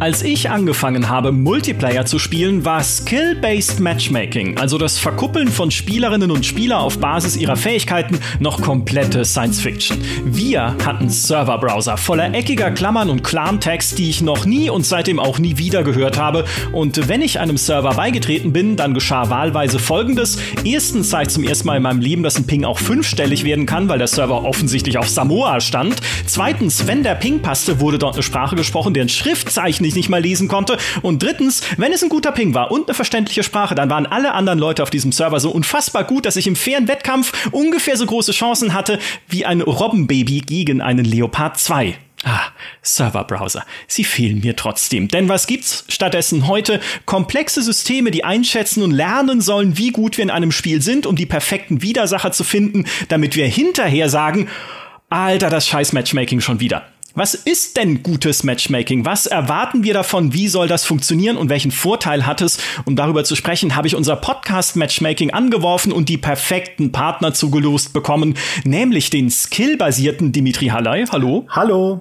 Als ich angefangen habe, Multiplayer zu spielen, war Skill-Based Matchmaking, also das Verkuppeln von Spielerinnen und Spielern auf Basis ihrer Fähigkeiten, noch komplette Science-Fiction. Wir hatten Serverbrowser voller eckiger Klammern und Clan-Tags, die ich noch nie und seitdem auch nie wieder gehört habe. Und wenn ich einem Server beigetreten bin, dann geschah wahlweise Folgendes. Erstens sah ich zum ersten Mal in meinem Leben, dass ein Ping auch 5-stellig werden kann, weil der Server offensichtlich auf Samoa stand. Zweitens, wenn der Ping passte, wurde dort eine Sprache gesprochen, deren Schriftzeichen ich nicht mal lesen konnte. Und drittens, wenn es ein guter Ping war und eine verständliche Sprache, dann waren alle anderen Leute auf diesem Server so unfassbar gut, dass ich im fairen Wettkampf ungefähr so große Chancen hatte wie ein Robbenbaby gegen einen Leopard 2. Serverbrowser. Sie fehlen mir trotzdem. Denn was gibt's stattdessen heute? Komplexe Systeme, die einschätzen und lernen sollen, wie gut wir in einem Spiel sind, um die perfekten Widersacher zu finden, damit wir hinterher sagen, Alter, das scheiß Matchmaking schon wieder. Was ist denn gutes Matchmaking? Was erwarten wir davon? Wie soll das funktionieren und welchen Vorteil hat es? Um darüber zu sprechen, habe ich unser Podcast Matchmaking angeworfen und die perfekten Partner zugelost bekommen, nämlich den skillbasierten Dimitri Halley. Hallo. Hallo.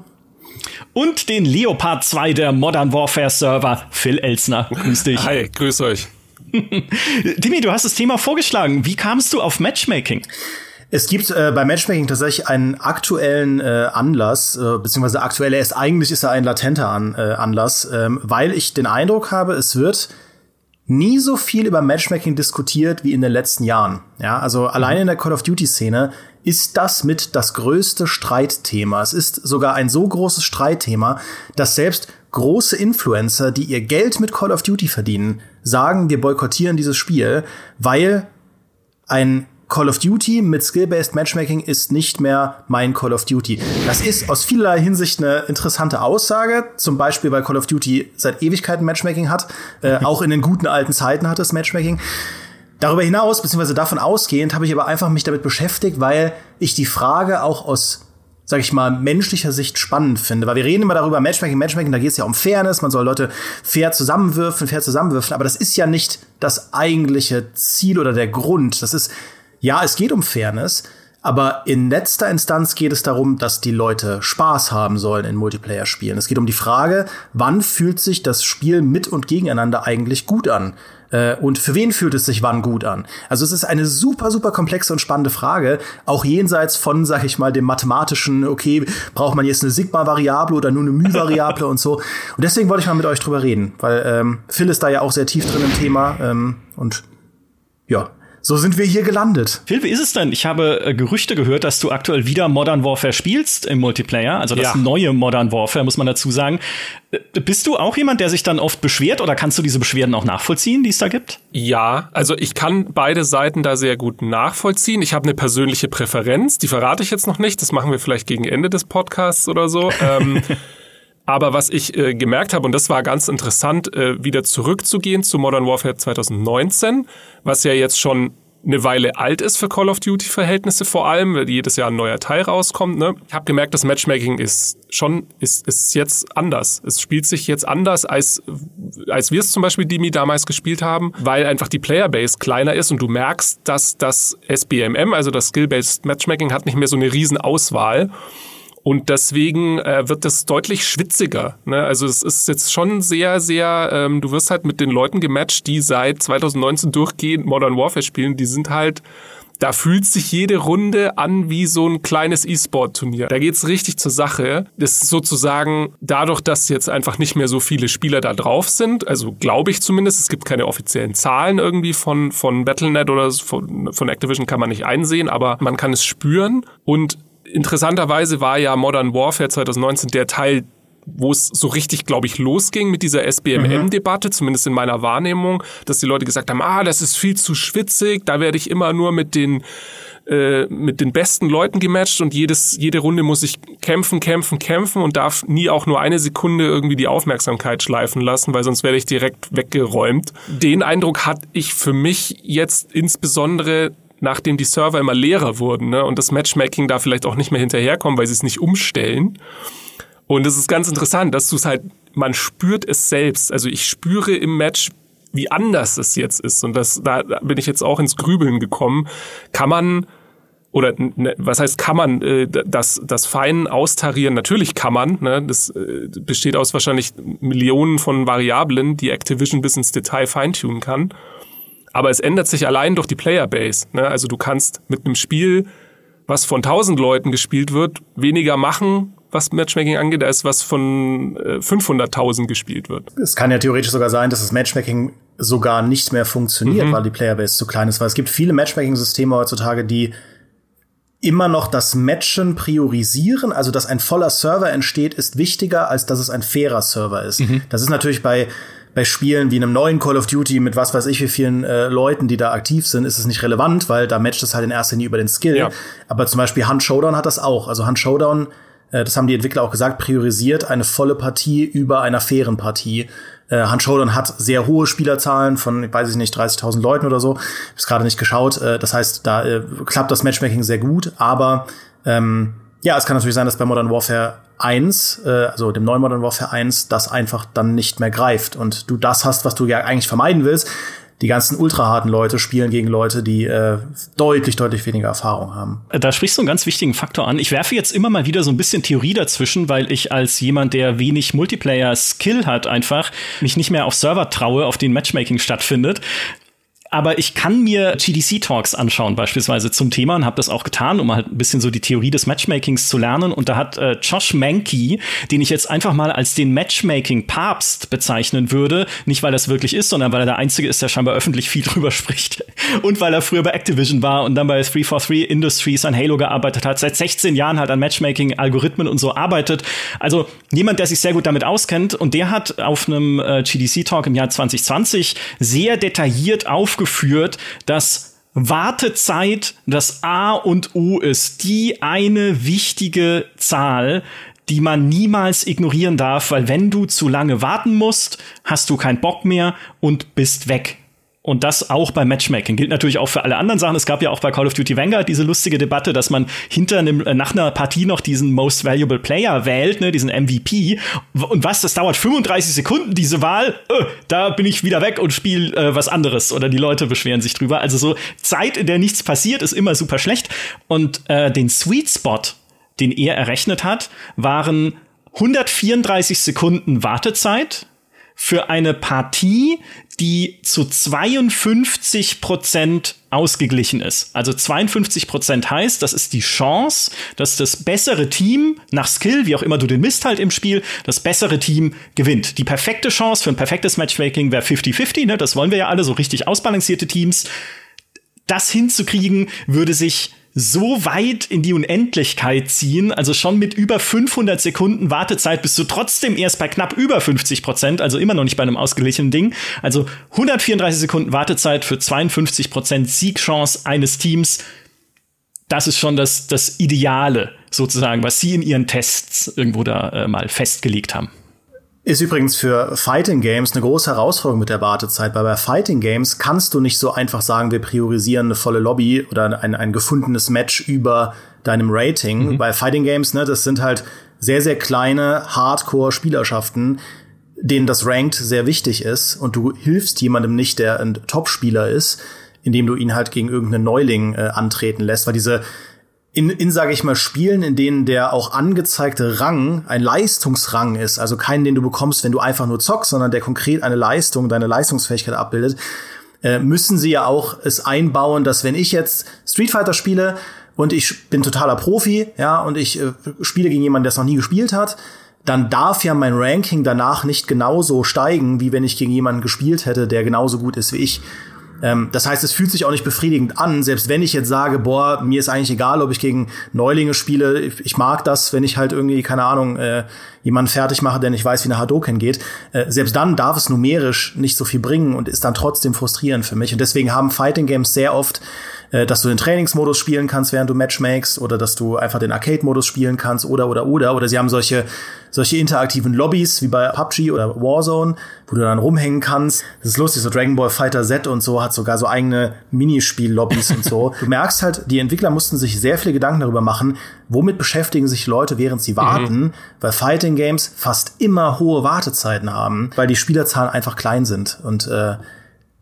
Und den Leopard 2 der Modern Warfare Server, Phil Elsner. Grüß dich. Hi, grüß euch. Dimi, du hast das Thema vorgeschlagen. Wie kamst du auf Matchmaking? Es gibt bei Matchmaking tatsächlich einen aktuellen Anlass, beziehungsweise eigentlich ist er ein latenter Anlass, weil ich den Eindruck habe, es wird nie so viel über Matchmaking diskutiert wie in den letzten Jahren. Ja, also allein in der Call of Duty-Szene ist das mit das größte Streitthema. Es ist sogar ein so großes Streitthema, dass selbst große Influencer, die ihr Geld mit Call of Duty verdienen, sagen, wir boykottieren dieses Spiel, weil ein Call of Duty mit Skill-Based Matchmaking ist nicht mehr mein Call of Duty. Das ist aus vielerlei Hinsicht eine interessante Aussage. Zum Beispiel, weil Call of Duty seit Ewigkeiten Matchmaking hat. Auch in den guten alten Zeiten hat es Matchmaking. Darüber hinaus, beziehungsweise davon ausgehend, habe ich aber einfach mich damit beschäftigt, weil ich die Frage auch aus, sag ich mal, menschlicher Sicht spannend finde. Weil wir reden immer darüber, Matchmaking, da geht es ja um Fairness, man soll Leute fair zusammenwürfeln, aber das ist ja nicht das eigentliche Ziel oder der Grund. Das ist, ja, es geht um Fairness, aber in letzter Instanz geht es darum, dass die Leute Spaß haben sollen in Multiplayer-Spielen. Es geht um die Frage, wann fühlt sich das Spiel mit und gegeneinander eigentlich gut an? Und für wen fühlt es sich wann gut an? Also es ist eine super, super komplexe und spannende Frage, auch jenseits von, sag ich mal, dem mathematischen, okay, braucht man jetzt eine Sigma-Variable oder nur eine μ-Variable und so. Und deswegen wollte ich mal mit euch drüber reden, weil Phil ist da ja auch sehr tief drin im Thema und ja, so sind wir hier gelandet. Phil, wie ist es denn? Ich habe Gerüchte gehört, dass du aktuell wieder Modern Warfare spielst im Multiplayer. Also das neue Modern Warfare, muss man dazu sagen. Bist du auch jemand, der sich dann oft beschwert oder kannst du diese Beschwerden auch nachvollziehen, die es da gibt? Ja, also ich kann beide Seiten da sehr gut nachvollziehen. Ich habe eine persönliche Präferenz, die verrate ich jetzt noch nicht. Das machen wir vielleicht gegen Ende des Podcasts oder so. Aber was ich gemerkt habe, und das war ganz interessant, wieder zurückzugehen zu Modern Warfare 2019, was ja jetzt schon eine Weile alt ist für Call of Duty-Verhältnisse vor allem, weil jedes Jahr ein neuer Teil rauskommt. Ne? Ich habe gemerkt, das Matchmaking ist jetzt anders. Es spielt sich jetzt anders, als wir es zum Beispiel, Dimi, damals gespielt haben, weil einfach die Playerbase kleiner ist und du merkst, dass das SBMM, also das Skill-Based Matchmaking, hat nicht mehr so eine riesen Auswahl. Und deswegen wird das deutlich schwitziger. Ne? Also es ist jetzt schon sehr, sehr, du wirst halt mit den Leuten gematcht, die seit 2019 durchgehend Modern Warfare spielen. Die sind halt, da fühlt sich jede Runde an wie so ein kleines E-Sport-Turnier. Da geht's richtig zur Sache. Das ist sozusagen dadurch, dass jetzt einfach nicht mehr so viele Spieler da drauf sind, also glaube ich zumindest, es gibt keine offiziellen Zahlen irgendwie von Battle.net oder von Activision kann man nicht einsehen, aber man kann es spüren. Und interessanterweise war ja Modern Warfare 2019 der Teil, wo es so richtig, glaube ich, losging mit dieser SBMM-Debatte, zumindest in meiner Wahrnehmung, dass die Leute gesagt haben, das ist viel zu schwitzig, da werde ich immer nur mit den besten Leuten gematcht und jede Runde muss ich kämpfen und darf nie auch nur eine Sekunde irgendwie die Aufmerksamkeit schleifen lassen, weil sonst werde ich direkt weggeräumt. Den Eindruck hatte ich für mich jetzt insbesondere, nachdem die Server immer leerer wurden, ne, und das Matchmaking da vielleicht auch nicht mehr hinterherkommen, weil sie es nicht umstellen. Und es ist ganz interessant, dass du es halt, man spürt es selbst. Also ich spüre im Match, wie anders es jetzt ist. Und da bin ich jetzt auch ins Grübeln gekommen. Kann man oder was heißt kann man das fein austarieren? Natürlich kann man. Ne? Das besteht aus wahrscheinlich Millionen von Variablen, die Activision bis ins Detail feintunen kann. Aber es ändert sich allein durch die Playerbase. Ne? Also du kannst mit einem Spiel, was von 1000 Leuten gespielt wird, weniger machen, was Matchmaking angeht, als was von 500.000 gespielt wird. Es kann ja theoretisch sogar sein, dass das Matchmaking sogar nicht mehr funktioniert, weil die Playerbase zu klein ist. Weil es gibt viele Matchmaking-Systeme heutzutage, die immer noch das Matchen priorisieren, also dass ein voller Server entsteht, ist wichtiger, als dass es ein fairer Server ist. Das ist natürlich bei Spielen wie einem neuen Call of Duty mit was weiß ich wie vielen Leuten, die da aktiv sind, ist es nicht relevant, weil da matcht es halt in erster Linie über den Skill. Ja. Aber zum Beispiel Hunt Showdown hat das auch. Also Hunt Showdown, das haben die Entwickler auch gesagt, priorisiert eine volle Partie über einer fairen Partie. Hunt Showdown hat sehr hohe Spielerzahlen von, weiß ich nicht, 30.000 Leuten oder so. Ich hab's gerade nicht geschaut. Das heißt, da klappt das Matchmaking sehr gut. Aber ja, es kann natürlich sein, dass bei Modern Warfare 1, also dem neuen Modern Warfare 1, das einfach dann nicht mehr greift. Und du das hast, was du ja eigentlich vermeiden willst. Die ganzen ultraharten Leute spielen gegen Leute, die deutlich weniger Erfahrung haben. Da sprichst du einen ganz wichtigen Faktor an. Ich werfe jetzt immer mal wieder so ein bisschen Theorie dazwischen, weil ich als jemand, der wenig Multiplayer-Skill hat, einfach mich nicht mehr auf Server traue, auf denen Matchmaking stattfindet. Aber ich kann mir GDC-Talks anschauen, beispielsweise zum Thema, und habe das auch getan, um halt ein bisschen so die Theorie des Matchmakings zu lernen. Und da hat Josh Mankey, den ich jetzt einfach mal als den Matchmaking-Papst bezeichnen würde, nicht weil das wirklich ist, sondern weil er der Einzige ist, der scheinbar öffentlich viel drüber spricht. Und weil er früher bei Activision war und dann bei 343 Industries an Halo gearbeitet hat, seit 16 Jahren halt an Matchmaking-Algorithmen und so arbeitet. Also jemand, der sich sehr gut damit auskennt. Und der hat auf einem GDC-Talk im Jahr 2020 sehr detailliert aufgeführt, dass Wartezeit das A und O ist. Die eine wichtige Zahl, die man niemals ignorieren darf, weil wenn du zu lange warten musst, hast du keinen Bock mehr und bist weg. Und das auch beim Matchmaking. Gilt natürlich auch für alle anderen Sachen. Es gab ja auch bei Call of Duty Vanguard diese lustige Debatte, dass man nach einer Partie noch diesen Most Valuable Player wählt, ne, diesen MVP. Und was, das dauert 35 Sekunden, diese Wahl. Da bin ich wieder weg und spiele was anderes. Oder die Leute beschweren sich drüber. Also so Zeit, in der nichts passiert, ist immer super schlecht. Und den Sweet Spot, den er errechnet hat, waren 134 Sekunden Wartezeit für eine Partie, die zu 52% ausgeglichen ist. Also 52% heißt, das ist die Chance, dass das bessere Team nach Skill, wie auch immer du den misst halt im Spiel, das bessere Team gewinnt. Die perfekte Chance für ein perfektes Matchmaking wäre 50-50, ne? Das wollen wir ja alle, so richtig ausbalancierte Teams. Das hinzukriegen, würde sich so weit in die Unendlichkeit ziehen, also schon mit über 500 Sekunden Wartezeit bist du trotzdem erst bei knapp über 50%, also immer noch nicht bei einem ausgeglichenen Ding. Also 134 Sekunden Wartezeit für 52% Siegchance eines Teams. Das ist schon das Ideale sozusagen, was sie in ihren Tests irgendwo da mal festgelegt haben. Ist übrigens für Fighting Games eine große Herausforderung mit der Wartezeit, weil bei Fighting Games kannst du nicht so einfach sagen, wir priorisieren eine volle Lobby oder ein gefundenes Match über deinem Rating. Bei Fighting Games, ne, das sind halt sehr, sehr kleine Hardcore-Spielerschaften, denen das Ranked sehr wichtig ist und du hilfst jemandem nicht, der ein Top-Spieler ist, indem du ihn halt gegen irgendeinen Neuling antreten lässt, weil diese sage ich mal, Spielen, in denen der auch angezeigte Rang ein Leistungsrang ist, also keinen, den du bekommst, wenn du einfach nur zockst, sondern der konkret eine Leistung, deine Leistungsfähigkeit abbildet, müssen sie ja auch es einbauen, dass wenn ich jetzt Street Fighter spiele und ich bin totaler Profi, ja, und ich spiele gegen jemanden, der es noch nie gespielt hat, dann darf ja mein Ranking danach nicht genauso steigen, wie wenn ich gegen jemanden gespielt hätte, der genauso gut ist wie ich. Das heißt, es fühlt sich auch nicht befriedigend an, selbst wenn ich jetzt sage, boah, mir ist eigentlich egal, ob ich gegen Neulinge spiele, ich mag das, wenn ich halt irgendwie, keine Ahnung, jemanden fertig mache, der nicht weiß, wie eine Hadouken geht. Selbst dann darf es numerisch nicht so viel bringen und ist dann trotzdem frustrierend für mich. Und deswegen haben Fighting Games sehr oft, dass du den Trainingsmodus spielen kannst, während du Match makest, oder dass du einfach den Arcade-Modus spielen kannst, oder sie haben solche interaktiven Lobbys wie bei PUBG oder Warzone, wo du dann rumhängen kannst. Das ist lustig, so Dragon Ball Fighter Z und so hat sogar so eigene Minispiel-Lobbys und so. Du merkst halt, die Entwickler mussten sich sehr viele Gedanken darüber machen, womit beschäftigen sich Leute, während sie warten, weil Fighting Games fast immer hohe Wartezeiten haben, weil die Spielerzahlen einfach klein sind. Und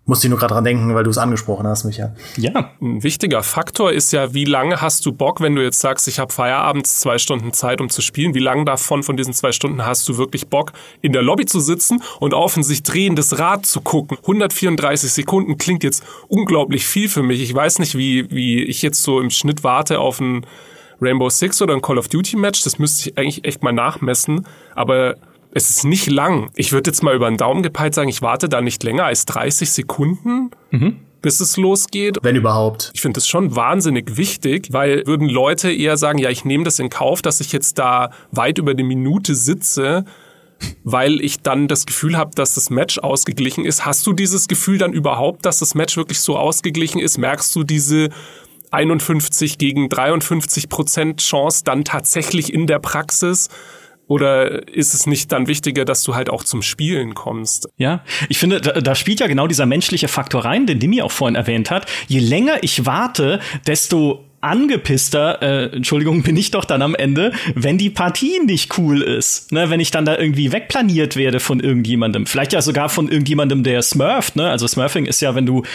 Musste ich nur gerade dran denken, weil du es angesprochen hast, Micha. Ja, ein wichtiger Faktor ist ja, wie lange hast du Bock, wenn du jetzt sagst, ich habe Feierabends 2 Stunden Zeit, um zu spielen, wie lange von diesen 2 Stunden hast du wirklich Bock, in der Lobby zu sitzen und auf ein sich drehendes Rad zu gucken? 134 Sekunden klingt jetzt unglaublich viel für mich. Ich weiß nicht, wie ich jetzt so im Schnitt warte auf ein Rainbow Six oder ein Call of Duty Match. Das müsste ich eigentlich echt mal nachmessen, aber es ist nicht lang. Ich würde jetzt mal über den Daumen gepeilt sagen, ich warte da nicht länger als 30 Sekunden, bis es losgeht. Wenn überhaupt. Ich finde das schon wahnsinnig wichtig, weil würden Leute eher sagen, ja, ich nehme das in Kauf, dass ich jetzt da weit über eine Minute sitze, weil ich dann das Gefühl habe, dass das Match ausgeglichen ist. Hast du dieses Gefühl dann überhaupt, dass das Match wirklich so ausgeglichen ist? Merkst du diese 51 gegen 53% Chance dann tatsächlich in der Praxis? Oder ist es nicht dann wichtiger, dass du halt auch zum Spielen kommst? Ja, ich finde, da spielt ja genau dieser menschliche Faktor rein, den Dimi auch vorhin erwähnt hat. Je länger ich warte, desto angepisster, bin ich doch dann am Ende, wenn die Partie nicht cool ist. Ne, wenn ich dann da irgendwie wegplaniert werde von irgendjemandem. Vielleicht ja sogar von irgendjemandem, der smurft. Ne? Also Smurfing ist ja, wenn du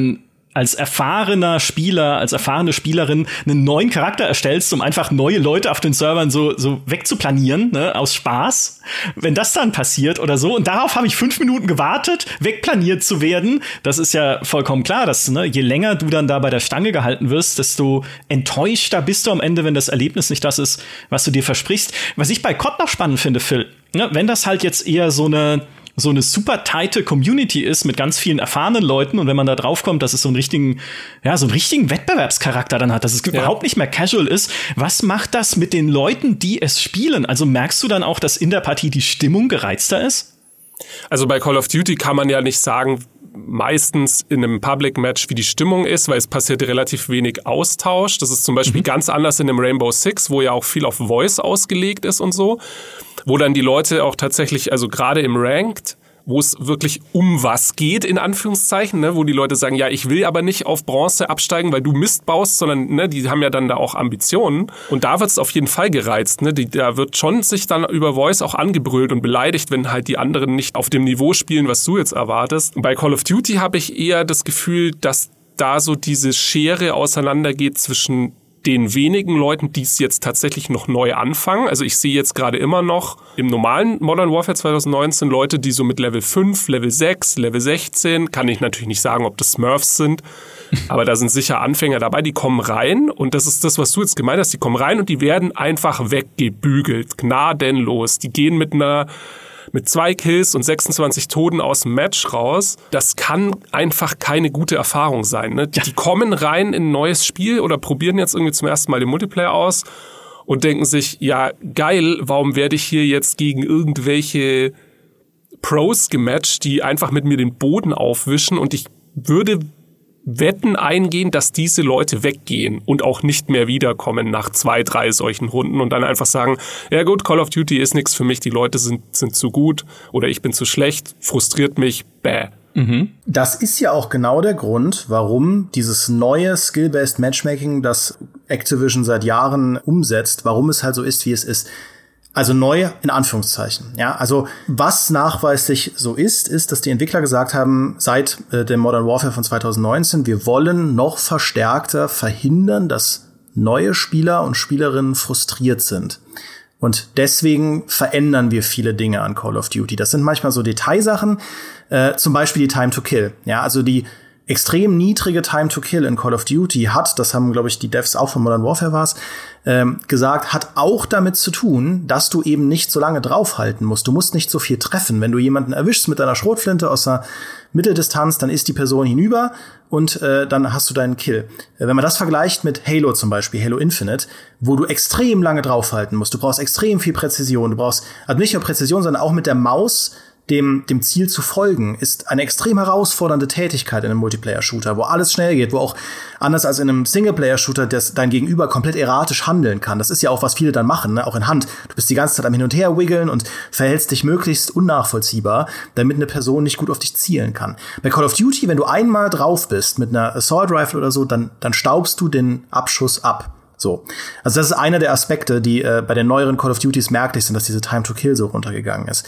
als erfahrener Spieler, als erfahrene Spielerin einen neuen Charakter erstellst, um einfach neue Leute auf den Servern so wegzuplanieren, ne, aus Spaß. Wenn das dann passiert oder so, und darauf habe ich 5 Minuten gewartet, wegplaniert zu werden, das ist ja vollkommen klar, dass, ne, je länger du dann da bei der Stange gehalten wirst, desto enttäuschter bist du am Ende, wenn das Erlebnis nicht das ist, was du dir versprichst. Was ich bei COD noch spannend finde, Phil, ne, wenn das halt jetzt eher so eine super tighte Community ist mit ganz vielen erfahrenen Leuten und wenn man da draufkommt, dass es so einen richtigen Wettbewerbscharakter dann hat, dass es überhaupt nicht mehr casual ist. Was macht das mit den Leuten, die es spielen? Also merkst du dann auch, dass in der Partie die Stimmung gereizter ist? Also bei Call of Duty kann man ja nicht sagen, meistens in einem Public Match, wie die Stimmung ist, weil es passiert relativ wenig Austausch. Das ist zum Beispiel ganz anders in einem Rainbow Six, wo ja auch viel auf Voice ausgelegt ist und so, wo dann die Leute auch tatsächlich, also gerade im Ranked, wo es wirklich um was geht, in Anführungszeichen, ne, wo die Leute sagen, ja, ich will aber nicht auf Bronze absteigen, weil du Mist baust, sondern ne, die haben ja dann da auch Ambitionen. Und da wird es auf jeden Fall gereizt. Ne? Da wird schon sich dann über Voice auch angebrüllt und beleidigt, wenn halt die anderen nicht auf dem Niveau spielen, was du jetzt erwartest. Und bei Call of Duty habe ich eher das Gefühl, dass da so diese Schere auseinandergeht zwischen den wenigen Leuten, die es jetzt tatsächlich noch neu anfangen. Also ich sehe jetzt gerade immer noch im normalen Modern Warfare 2019 Leute, die so mit Level 5, Level 6, Level 16, kann ich natürlich nicht sagen, ob das Smurfs sind, aber da sind sicher Anfänger dabei, die kommen rein und das ist das, was du jetzt gemeint hast, die kommen rein und die werden einfach weggebügelt, gnadenlos. Die gehen mit 2 Kills und 26 Toten aus dem Match raus. Das kann einfach keine gute Erfahrung sein. Ne? Die kommen rein in ein neues Spiel oder probieren jetzt irgendwie zum ersten Mal den Multiplayer aus und denken sich, ja geil, warum werde ich hier jetzt gegen irgendwelche Pros gematcht, die einfach mit mir den Boden aufwischen, und ich würde Wetten eingehen, dass diese Leute weggehen und auch nicht mehr wiederkommen nach 2, 3 solchen Runden und dann einfach sagen, ja gut, Call of Duty ist nichts für mich, die Leute sind zu gut oder ich bin zu schlecht, frustriert mich, bäh. Das ist ja auch genau der Grund, warum dieses neue Skill-Based Matchmaking, das Activision seit Jahren umsetzt, warum es halt so ist, wie es ist. Also neu in Anführungszeichen. Ja, also was nachweislich so ist, dass die Entwickler gesagt haben, seit dem Modern Warfare von 2019, wir wollen noch verstärkter verhindern, dass neue Spieler und Spielerinnen frustriert sind. Und deswegen verändern wir viele Dinge an Call of Duty. Das sind manchmal so Detailsachen, zum Beispiel die Time to Kill. Ja, also die extrem niedrige Time to Kill in Call of Duty hat, das haben, glaube ich, die Devs auch von Modern Warfare war's, gesagt, hat auch damit zu tun, dass du eben nicht so lange draufhalten musst. Du musst nicht so viel treffen. Wenn du jemanden erwischst mit deiner Schrotflinte aus einer Mitteldistanz, dann ist die Person hinüber und dann hast du deinen Kill. Wenn man das vergleicht mit Halo zum Beispiel, Halo Infinite, wo du extrem lange draufhalten musst, du brauchst extrem viel Präzision, du brauchst also nicht nur Präzision, sondern auch mit der Maus dem Ziel zu folgen, ist eine extrem herausfordernde Tätigkeit in einem Multiplayer-Shooter, wo alles schnell geht, wo auch anders als in einem Singleplayer-Shooter dein Gegenüber komplett erratisch handeln kann. Das ist ja auch, was viele dann machen, ne? Auch in Hand. Du bist die ganze Zeit am Hin und Her wiggeln und verhältst dich möglichst unnachvollziehbar, damit eine Person nicht gut auf dich zielen kann. Bei Call of Duty, wenn du einmal drauf bist mit einer Assault Rifle oder so, dann staubst du den Abschuss ab. So. Also das ist einer der Aspekte, die bei den neueren Call of Duties merklich sind, dass diese Time to Kill so runtergegangen ist.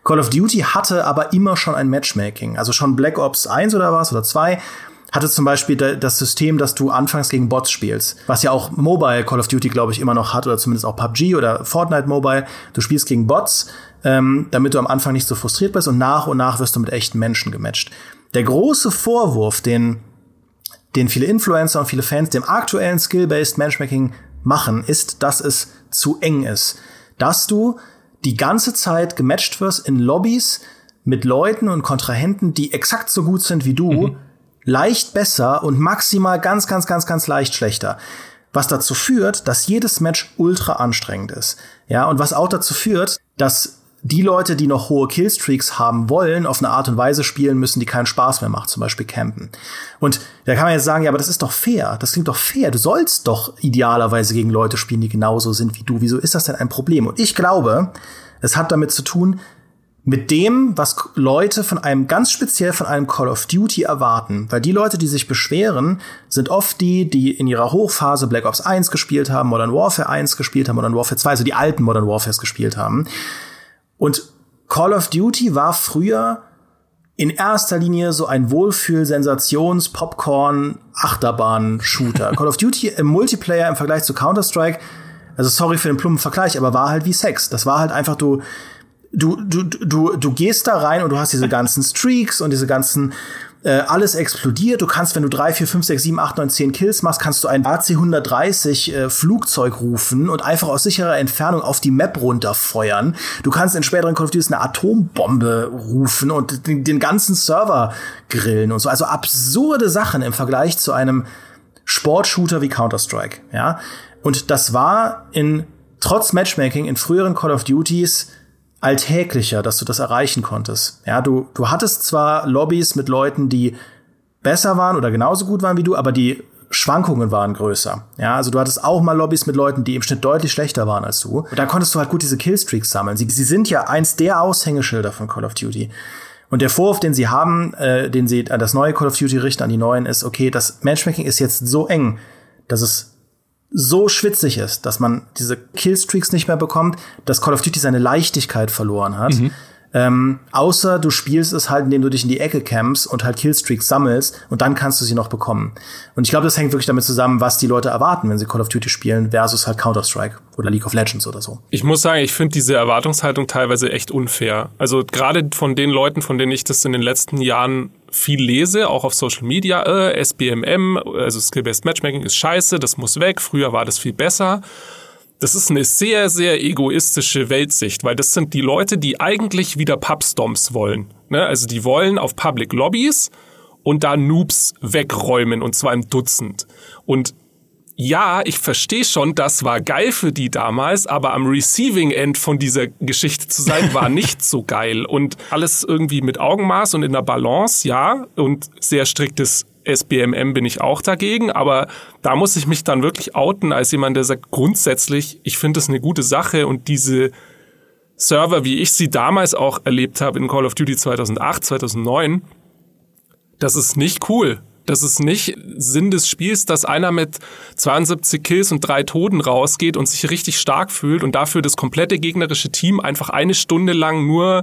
Call of Duty hatte aber immer schon ein Matchmaking. Also schon Black Ops 1 oder was oder 2 hatte zum Beispiel das System, dass du anfangs gegen Bots spielst. Was ja auch Mobile Call of Duty, glaube ich, immer noch hat oder zumindest auch PUBG oder Fortnite Mobile. Du spielst gegen Bots, damit du am Anfang nicht so frustriert bist und nach wirst du mit echten Menschen gematcht. Der große Vorwurf, den viele Influencer und viele Fans dem aktuellen Skill-Based Matchmaking machen, ist, dass es zu eng ist. Dass du die ganze Zeit gematcht wirst in Lobbys mit Leuten und Kontrahenten, die exakt so gut sind wie du, leicht besser und maximal ganz, ganz, ganz, ganz leicht schlechter. Was dazu führt, dass jedes Match ultra anstrengend ist. Ja, und was auch dazu führt, dass die Leute, die noch hohe Killstreaks haben wollen, auf eine Art und Weise spielen müssen, die keinen Spaß mehr macht, zum Beispiel campen. Und da kann man jetzt sagen, ja, aber das ist doch fair. Das klingt doch fair. Du sollst doch idealerweise gegen Leute spielen, die genauso sind wie du. Wieso ist das denn ein Problem? Und ich glaube, es hat damit zu tun, mit dem, was Leute ganz speziell von einem Call of Duty erwarten. Weil die Leute, die sich beschweren, sind oft die in ihrer Hochphase Black Ops 1 gespielt haben, Modern Warfare 1 gespielt haben, Modern Warfare 2, also die alten Modern Warfares gespielt haben. Und Call of Duty war früher in erster Linie so ein Wohlfühl-, Popcorn-, Achterbahn-Shooter. Call of Duty im Multiplayer im Vergleich zu Counter-Strike, also sorry für den plumpen Vergleich, aber war halt wie Sex. Das war halt einfach, du gehst da rein und du hast diese ganzen Streaks und diese ganzen alles explodiert. Du kannst, wenn du 3, 4, 5, 6, 7, 8, 9, 10 Kills machst, kannst du ein AC-130 Flugzeug rufen und einfach aus sicherer Entfernung auf die Map runterfeuern. Du kannst in späteren Call of Duty eine Atombombe rufen und den ganzen Server grillen und so. Also absurde Sachen im Vergleich zu einem Sportshooter wie Counter-Strike. Ja? Und das war trotz Matchmaking in früheren Call of Duties alltäglicher, dass du das erreichen konntest. Ja, du hattest zwar Lobbys mit Leuten, die besser waren oder genauso gut waren wie du, aber die Schwankungen waren größer. Ja, also du hattest auch mal Lobbys mit Leuten, die im Schnitt deutlich schlechter waren als du. Und da konntest du halt gut diese Killstreaks sammeln. Sie sind ja eins der Aushängeschilder von Call of Duty. Und der Vorwurf, den sie haben, den sie an das neue Call of Duty richten, an die neuen, ist, okay, das Matchmaking ist jetzt so eng, dass es so schwitzig ist, dass man diese Killstreaks nicht mehr bekommt, dass Call of Duty seine Leichtigkeit verloren hat. Außer du spielst es halt, indem du dich in die Ecke campst und halt Killstreaks sammelst und dann kannst du sie noch bekommen. Und ich glaube, das hängt wirklich damit zusammen, was die Leute erwarten, wenn sie Call of Duty spielen, versus halt Counter-Strike oder League of Legends oder so. Ich muss sagen, ich finde diese Erwartungshaltung teilweise echt unfair. Also gerade von den Leuten, von denen ich das in den letzten Jahren viel lese, auch auf Social Media, SBMM, also Skill-Based Matchmaking ist scheiße, das muss weg, früher war das viel besser. Das ist eine sehr, sehr egoistische Weltsicht, weil das sind die Leute, die eigentlich wieder Pubstomps wollen. Ne? Also die wollen auf Public Lobbys und da Noobs wegräumen, und zwar im Dutzend. Und ja, ich verstehe schon, das war geil für die damals, aber am Receiving End von dieser Geschichte zu sein, war nicht so geil. Und alles irgendwie mit Augenmaß und in der Balance, ja, und sehr striktes SBMM bin ich auch dagegen, aber da muss ich mich dann wirklich outen als jemand, der sagt, grundsätzlich, ich finde das eine gute Sache und diese Server, wie ich sie damals auch erlebt habe in Call of Duty 2008, 2009, das ist nicht cool. Das ist nicht Sinn des Spiels, dass einer mit 72 Kills und 3 Toten rausgeht und sich richtig stark fühlt und dafür das komplette gegnerische Team einfach eine Stunde lang nur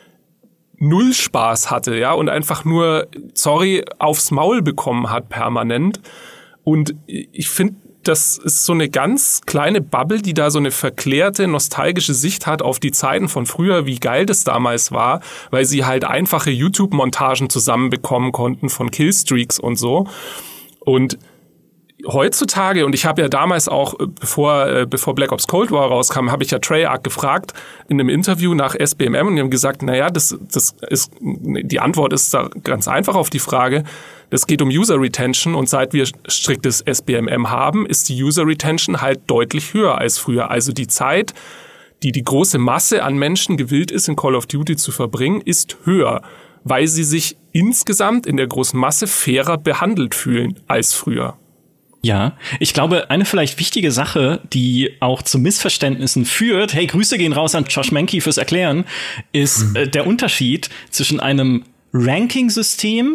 null Spaß hatte, ja, und einfach nur, aufs Maul bekommen hat permanent. Und ich finde, das ist so eine ganz kleine Bubble, die da so eine verklärte, nostalgische Sicht hat auf die Zeiten von früher, wie geil das damals war, weil sie halt einfache YouTube-Montagen zusammenbekommen konnten von Killstreaks und so. Und heutzutage, und ich habe ja damals auch, bevor Black Ops Cold War rauskam, habe ich ja Treyarch gefragt in einem Interview nach SBMM und die haben gesagt, naja, das ist, die Antwort ist da ganz einfach auf die Frage. Das geht um User Retention und seit wir striktes SBMM haben, ist die User Retention halt deutlich höher als früher. Also die Zeit, die große Masse an Menschen gewillt ist, in Call of Duty zu verbringen, ist höher, weil sie sich insgesamt in der großen Masse fairer behandelt fühlen als früher. Ja, ich glaube, eine vielleicht wichtige Sache, die auch zu Missverständnissen führt, hey, Grüße gehen raus an Josh Mankey fürs Erklären, ist der Unterschied zwischen einem Ranking-System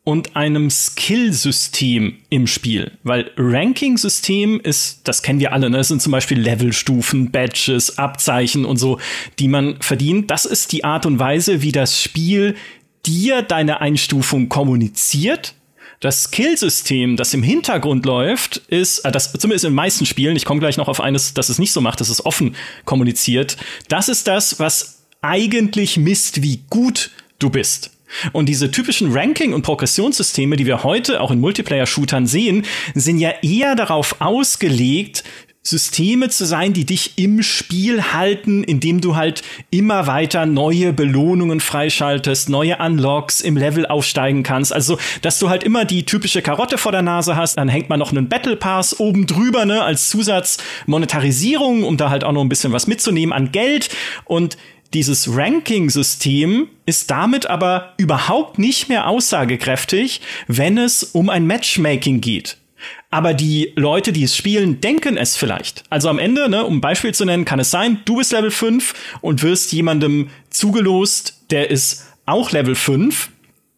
und einem Skillsystem im Spiel. Weil Ranking-System ist, das kennen wir alle, ne? Das sind zum Beispiel Levelstufen, Badges, Abzeichen und so, die man verdient. Das ist die Art und Weise, wie das Spiel dir deine Einstufung kommuniziert. Das Skillsystem, das im Hintergrund läuft, ist, das zumindest in den meisten Spielen, ich komme gleich noch auf eines, das es nicht so macht, das es offen kommuniziert, das ist das, was eigentlich misst, wie gut du bist. Und diese typischen Ranking- und Progressionssysteme, die wir heute auch in Multiplayer-Shootern sehen, sind ja eher darauf ausgelegt, Systeme zu sein, die dich im Spiel halten, indem du halt immer weiter neue Belohnungen freischaltest, neue Unlocks im Level aufsteigen kannst. Also, dass du halt immer die typische Karotte vor der Nase hast, dann hängt man noch einen Battle Pass oben drüber, ne, als Zusatzmonetarisierung, um da halt auch noch ein bisschen was mitzunehmen an Geld. Und dieses Ranking-System ist damit aber überhaupt nicht mehr aussagekräftig, wenn es um ein Matchmaking geht. Aber die Leute, die es spielen, denken es vielleicht. Also am Ende, ne, um ein Beispiel zu nennen, kann es sein, du bist Level 5 und wirst jemandem zugelost, der ist auch Level 5.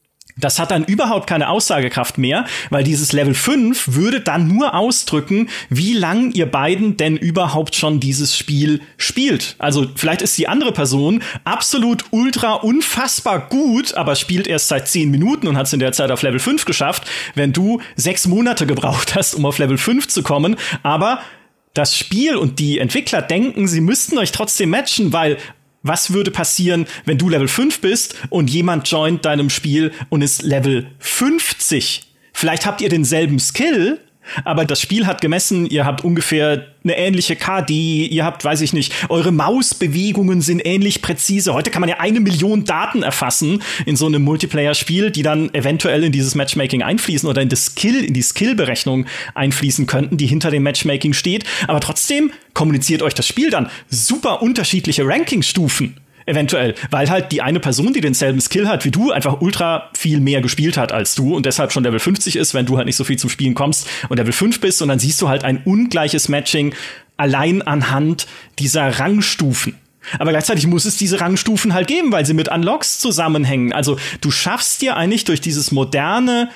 Das hat dann überhaupt keine Aussagekraft mehr, weil dieses Level 5 würde dann nur ausdrücken, wie lang ihr beiden denn überhaupt schon dieses Spiel spielt. Also vielleicht ist die andere Person absolut ultra unfassbar gut, aber spielt erst seit 10 Minuten und hat es in der Zeit auf Level 5 geschafft, wenn du 6 Monate gebraucht hast, um auf Level 5 zu kommen. Aber das Spiel und die Entwickler denken, sie müssten euch trotzdem matchen, weil was würde passieren, wenn du Level 5 bist und jemand joint deinem Spiel und ist Level 50? Vielleicht habt ihr denselben Skill, aber das Spiel hat gemessen, ihr habt ungefähr eine ähnliche KD, ihr habt, weiß ich nicht, eure Mausbewegungen sind ähnlich präzise. Heute kann man ja 1 Million Daten erfassen in so einem Multiplayer-Spiel, die dann eventuell in dieses Matchmaking einfließen oder in die Skill-Berechnung einfließen könnten, die hinter dem Matchmaking steht. Aber trotzdem kommuniziert euch das Spiel dann super unterschiedliche Rankingstufen. Eventuell, weil halt die eine Person, die denselben Skill hat wie du, einfach ultra viel mehr gespielt hat als du und deshalb schon Level 50 ist, wenn du halt nicht so viel zum Spielen kommst und Level 5 bist. Und dann siehst du halt ein ungleiches Matching allein anhand dieser Rangstufen. Aber gleichzeitig muss es diese Rangstufen halt geben, weil sie mit Unlocks zusammenhängen. Also du schaffst dir eigentlich durch dieses moderne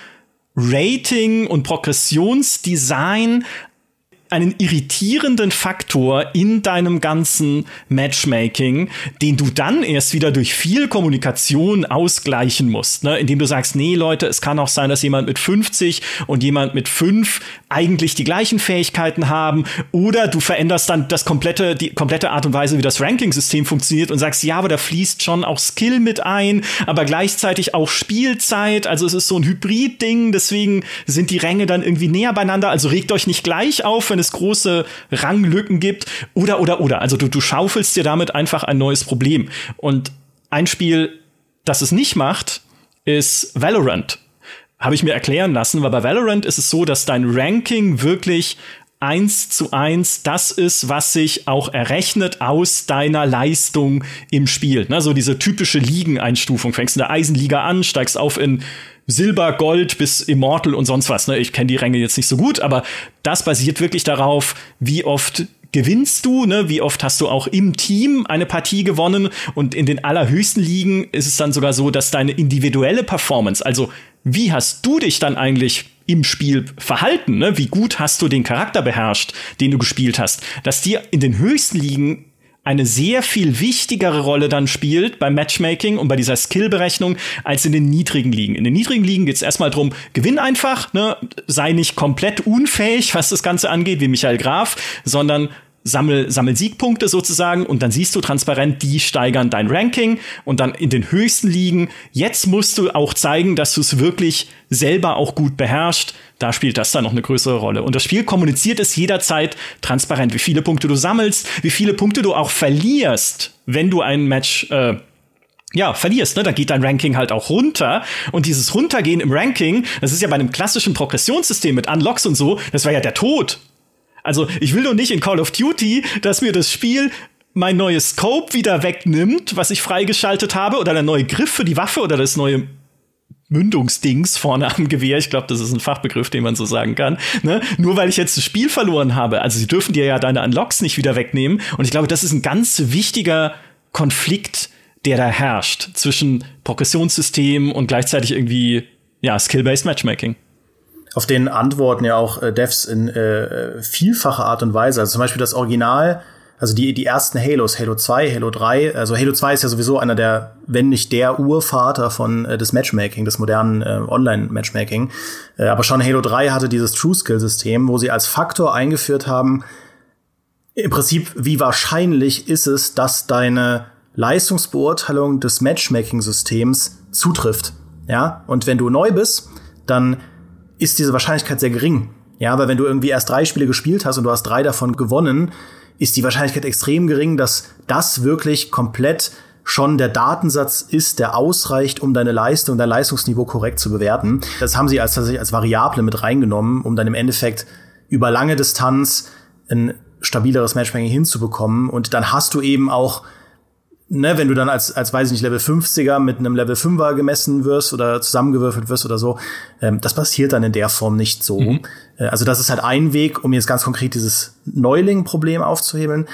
Rating- und Progressionsdesign einen irritierenden Faktor in deinem ganzen Matchmaking, den du dann erst wieder durch viel Kommunikation ausgleichen musst, ne? Indem du sagst, nee, Leute, es kann auch sein, dass jemand mit 50 und jemand mit 5 eigentlich die gleichen Fähigkeiten haben, oder du veränderst dann die komplette Art und Weise, wie das Ranking-System funktioniert und sagst, ja, aber da fließt schon auch Skill mit ein, aber gleichzeitig auch Spielzeit, also es ist so ein Hybrid-Ding, deswegen sind die Ränge dann irgendwie näher beieinander, also regt euch nicht gleich auf, wenn es große Ranglücken gibt, oder. Also du schaufelst dir damit einfach ein neues Problem. Und ein Spiel, das es nicht macht, ist Valorant. Habe ich mir erklären lassen, weil bei Valorant ist es so, dass dein Ranking wirklich 1:1 das ist, was sich auch errechnet aus deiner Leistung im Spiel. Ne, so diese typische Ligeneinstufung. Fängst in der Eisenliga an, steigst auf in Silber, Gold bis Immortal und sonst was. Ne? Ich kenne die Ränge jetzt nicht so gut, aber das basiert wirklich darauf, wie oft gewinnst du, ne? Wie oft hast du auch im Team eine Partie gewonnen, und in den allerhöchsten Ligen ist es dann sogar so, dass deine individuelle Performance, also wie hast du dich dann eigentlich im Spiel verhalten, ne? Wie gut hast du den Charakter beherrscht, den du gespielt hast, dass dir in den höchsten Ligen eine sehr viel wichtigere Rolle dann spielt beim Matchmaking und bei dieser Skillberechnung als in den niedrigen Ligen. In den niedrigen Ligen geht es erstmal drum, gewinn einfach, ne? Sei nicht komplett unfähig, was das Ganze angeht, wie Michael Graf, sondern sammel Siegpunkte sozusagen, und dann siehst du transparent, die steigern dein Ranking, und dann in den höchsten Ligen, jetzt musst du auch zeigen, dass du es wirklich selber auch gut beherrschst. Da spielt das dann noch eine größere Rolle. Und das Spiel kommuniziert es jederzeit transparent, wie viele Punkte du sammelst, wie viele Punkte du auch verlierst, wenn du ein Match verlierst, ne? Da geht dein Ranking halt auch runter. Und dieses Runtergehen im Ranking, das ist ja bei einem klassischen Progressionssystem mit Unlocks und so, das war ja der Tod. Also ich will doch nicht in Call of Duty, dass mir das Spiel mein neues Scope wieder wegnimmt, was ich freigeschaltet habe, oder der neue Griff für die Waffe oder das neue Mündungsdings vorne am Gewehr. Ich glaube, das ist ein Fachbegriff, den man so sagen kann. Ne? Nur weil ich jetzt das Spiel verloren habe. Also sie dürfen dir ja deine Unlocks nicht wieder wegnehmen. Und ich glaube, das ist ein ganz wichtiger Konflikt, der da herrscht zwischen Progressionssystem und gleichzeitig irgendwie Ja, Skill-Based Matchmaking. Auf den antworten ja auch Devs in vielfacher Art und Weise. Also zum Beispiel das Original, also die ersten Halos, Halo 2, Halo 3. Also Halo 2 ist ja sowieso einer der, wenn nicht der Urvater von des Matchmaking, des modernen Online-Matchmaking. Aber schon Halo 3 hatte dieses True-Skill-System, wo sie als Faktor eingeführt haben, im Prinzip, wie wahrscheinlich ist es, dass deine Leistungsbeurteilung des Matchmaking-Systems zutrifft. Ja, und wenn du neu bist, dann ist diese Wahrscheinlichkeit sehr gering. Ja, weil wenn du irgendwie erst 3 Spiele gespielt hast und du hast 3 davon gewonnen, ist die Wahrscheinlichkeit extrem gering, dass das wirklich komplett schon der Datensatz ist, der ausreicht, um deine Leistung, dein Leistungsniveau korrekt zu bewerten. Das haben sie tatsächlich als Variable mit reingenommen, um dann im Endeffekt über lange Distanz ein stabileres Matchmaking hinzubekommen. Und dann hast du eben auch, ne, wenn du dann als weiß ich nicht, Level 50er mit einem Level 5er gemessen wirst oder zusammengewürfelt wirst oder so, das passiert dann in der Form nicht so. Mhm. Also das ist halt ein Weg, um jetzt ganz konkret dieses Neuling-Problem aufzuhebeln.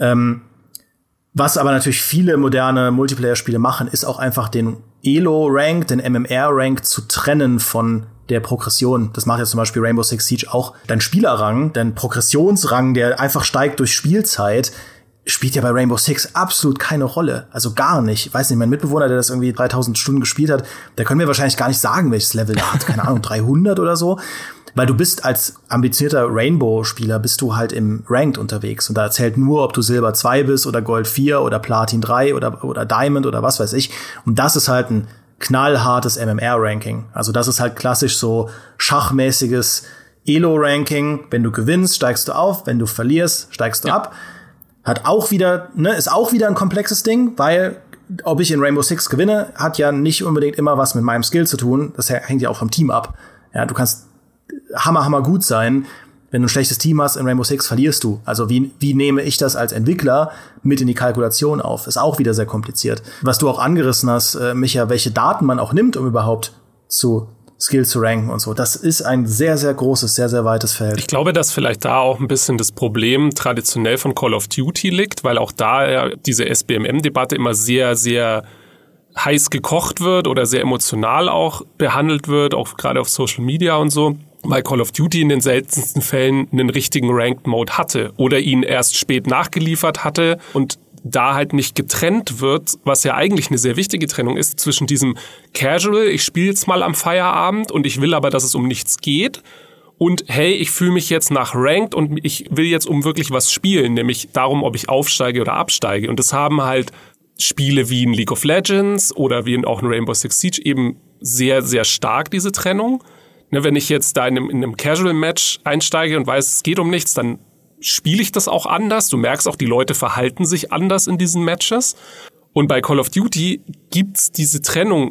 Was aber natürlich viele moderne Multiplayer-Spiele machen, ist auch einfach den Elo-Rank, den MMR-Rank zu trennen von der Progression. Das macht ja zum Beispiel Rainbow Six Siege auch. Dein Spielerrang, dein Progressionsrang, der einfach steigt durch Spielzeit, spielt ja bei Rainbow Six absolut keine Rolle. Also gar nicht. Ich weiß nicht, mein Mitbewohner, der das irgendwie 3000 Stunden gespielt hat, der könnte mir wahrscheinlich gar nicht sagen, welches Level er hat. Keine Ahnung, 300 oder so. Weil du bist als ambitionierter Rainbow-Spieler, bist du halt im Ranked unterwegs. Und da zählt nur, ob du Silber 2 bist oder Gold 4 oder Platin 3 oder Diamond oder was weiß ich. Und das ist halt ein knallhartes MMR-Ranking. Also das ist halt klassisch so schachmäßiges Elo-Ranking. Wenn du gewinnst, steigst du auf. Wenn du verlierst, steigst du ab. Hat auch wieder, ist auch wieder ein komplexes Ding, weil ob ich in Rainbow Six gewinne, hat ja nicht unbedingt immer was mit meinem Skill zu tun. Das hängt ja auch vom Team ab. Ja, du kannst hammer gut sein. Wenn du ein schlechtes Team hast in Rainbow Six, verlierst du. Also wie nehme ich das als Entwickler mit in die Kalkulation auf? Ist auch wieder sehr kompliziert. Was du auch angerissen hast, Micha, welche Daten man auch nimmt, um überhaupt zu Skill zu ranken und so. Das ist ein sehr, sehr großes, sehr, sehr weites Feld. Ich glaube, dass vielleicht da auch ein bisschen das Problem traditionell von Call of Duty liegt, weil auch da ja diese SBMM-Debatte immer sehr, sehr heiß gekocht wird oder sehr emotional auch behandelt wird, auch gerade auf Social Media und so, weil Call of Duty in den seltensten Fällen einen richtigen Ranked-Mode hatte oder ihn erst spät nachgeliefert hatte und da halt nicht getrennt wird, was ja eigentlich eine sehr wichtige Trennung ist, zwischen diesem Casual, ich spiele jetzt mal am Feierabend und ich will aber, dass es um nichts geht, und hey, ich fühle mich jetzt nach Ranked und ich will jetzt um wirklich was spielen, nämlich darum, ob ich aufsteige oder absteige. Und das haben halt Spiele wie in League of Legends oder wie in auch in Rainbow Six Siege eben sehr, sehr stark, diese Trennung. Ne, wenn ich jetzt da in einem Casual-Match einsteige und weiß, es geht um nichts, dann spiele ich das auch anders. Du merkst auch, die Leute verhalten sich anders in diesen Matches. Und bei Call of Duty gibt's diese Trennung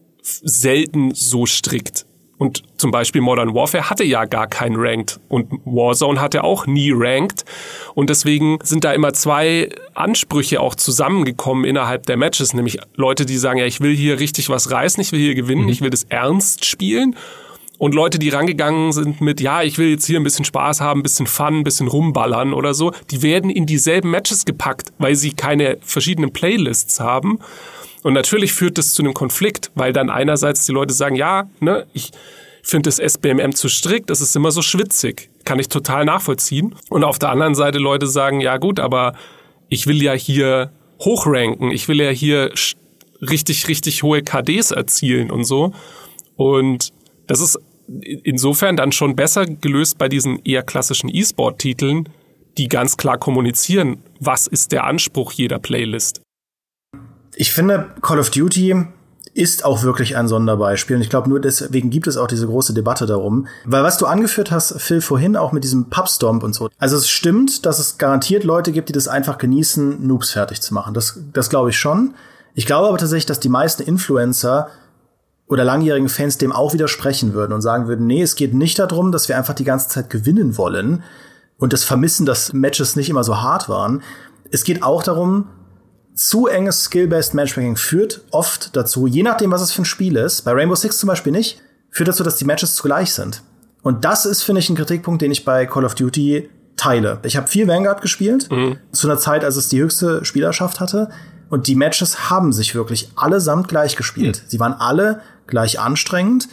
selten so strikt. Und zum Beispiel Modern Warfare hatte ja gar kein Ranked. Und Warzone hatte auch nie Ranked. Und deswegen sind da immer 2 Ansprüche auch zusammengekommen innerhalb der Matches. Nämlich Leute, die sagen, ja, ich will hier richtig was reißen, ich will hier gewinnen, ich will das ernst spielen. Und Leute, die rangegangen sind mit, ja, ich will jetzt hier ein bisschen Spaß haben, ein bisschen Fun, ein bisschen rumballern oder so, die werden in dieselben Matches gepackt, weil sie keine verschiedenen Playlists haben. Und natürlich führt das zu einem Konflikt, weil dann einerseits die Leute sagen, ja, ne, ich finde das SBMM zu strikt, das ist immer so schwitzig. Kann ich total nachvollziehen. Und auf der anderen Seite Leute sagen, ja gut, aber ich will ja hier hochranken, ich will ja hier richtig, richtig hohe KDs erzielen und so. Und das ist insofern dann schon besser gelöst bei diesen eher klassischen E-Sport-Titeln, die ganz klar kommunizieren, was ist der Anspruch jeder Playlist. Ich finde, Call of Duty ist auch wirklich ein Sonderbeispiel. Und ich glaube, nur deswegen gibt es auch diese große Debatte darum. Weil was du angeführt hast, Phil, vorhin auch mit diesem Pubstomp und so. Also es stimmt, dass es garantiert Leute gibt, die das einfach genießen, Noobs fertig zu machen. Das glaube ich schon. Ich glaube aber tatsächlich, dass die meisten Influencer oder langjährigen Fans dem auch widersprechen würden und sagen würden, nee, es geht nicht darum, dass wir einfach die ganze Zeit gewinnen wollen und das Vermissen, dass Matches nicht immer so hart waren. Es geht auch darum, zu enges Skill-Based Matchmaking führt oft dazu, je nachdem, was es für ein Spiel ist, bei Rainbow Six zum Beispiel nicht, führt dazu, dass die Matches zugleich sind. Und das ist, finde ich, ein Kritikpunkt, den ich bei Call of Duty teile. Ich habe viel Vanguard gespielt, zu einer Zeit, als es die höchste Spielerschaft hatte. Und die Matches haben sich wirklich allesamt gleich gespielt. Sie waren alle gleich anstrengend.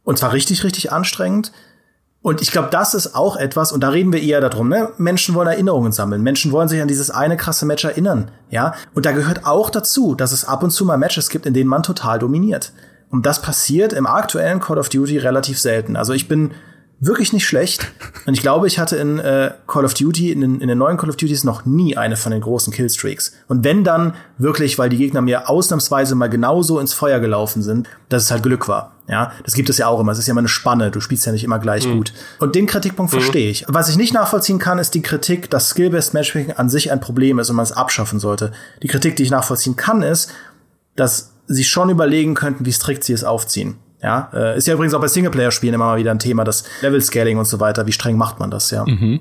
Und zwar richtig, richtig anstrengend. Und ich glaube, das ist auch etwas, und da reden wir eher darum, ne? Menschen wollen Erinnerungen sammeln. Menschen wollen sich an dieses eine krasse Match erinnern, ja? Und da gehört auch dazu, dass es ab und zu mal Matches gibt, in denen man total dominiert. Und das passiert im aktuellen Call of Duty relativ selten. Also ich bin wirklich nicht schlecht. Und ich glaube, ich hatte in Call of Duty, in den neuen Call of Duties noch nie eine von den großen Killstreaks. Und wenn dann wirklich, weil die Gegner mir ausnahmsweise mal genauso ins Feuer gelaufen sind, dass es halt Glück war. Ja, das gibt es ja auch immer. Es ist ja immer eine Spanne. Du spielst ja nicht immer gleich gut. Und den Kritikpunkt verstehe ich. Was ich nicht nachvollziehen kann, ist die Kritik, dass Skill-Based Matchmaking an sich ein Problem ist und man es abschaffen sollte. Die Kritik, die ich nachvollziehen kann, ist, dass sie schon überlegen könnten, wie strikt sie es aufziehen. Ja, ist ja übrigens auch bei Singleplayer-Spielen immer mal wieder ein Thema, das Level-Scaling und so weiter. Wie streng macht man das, ja?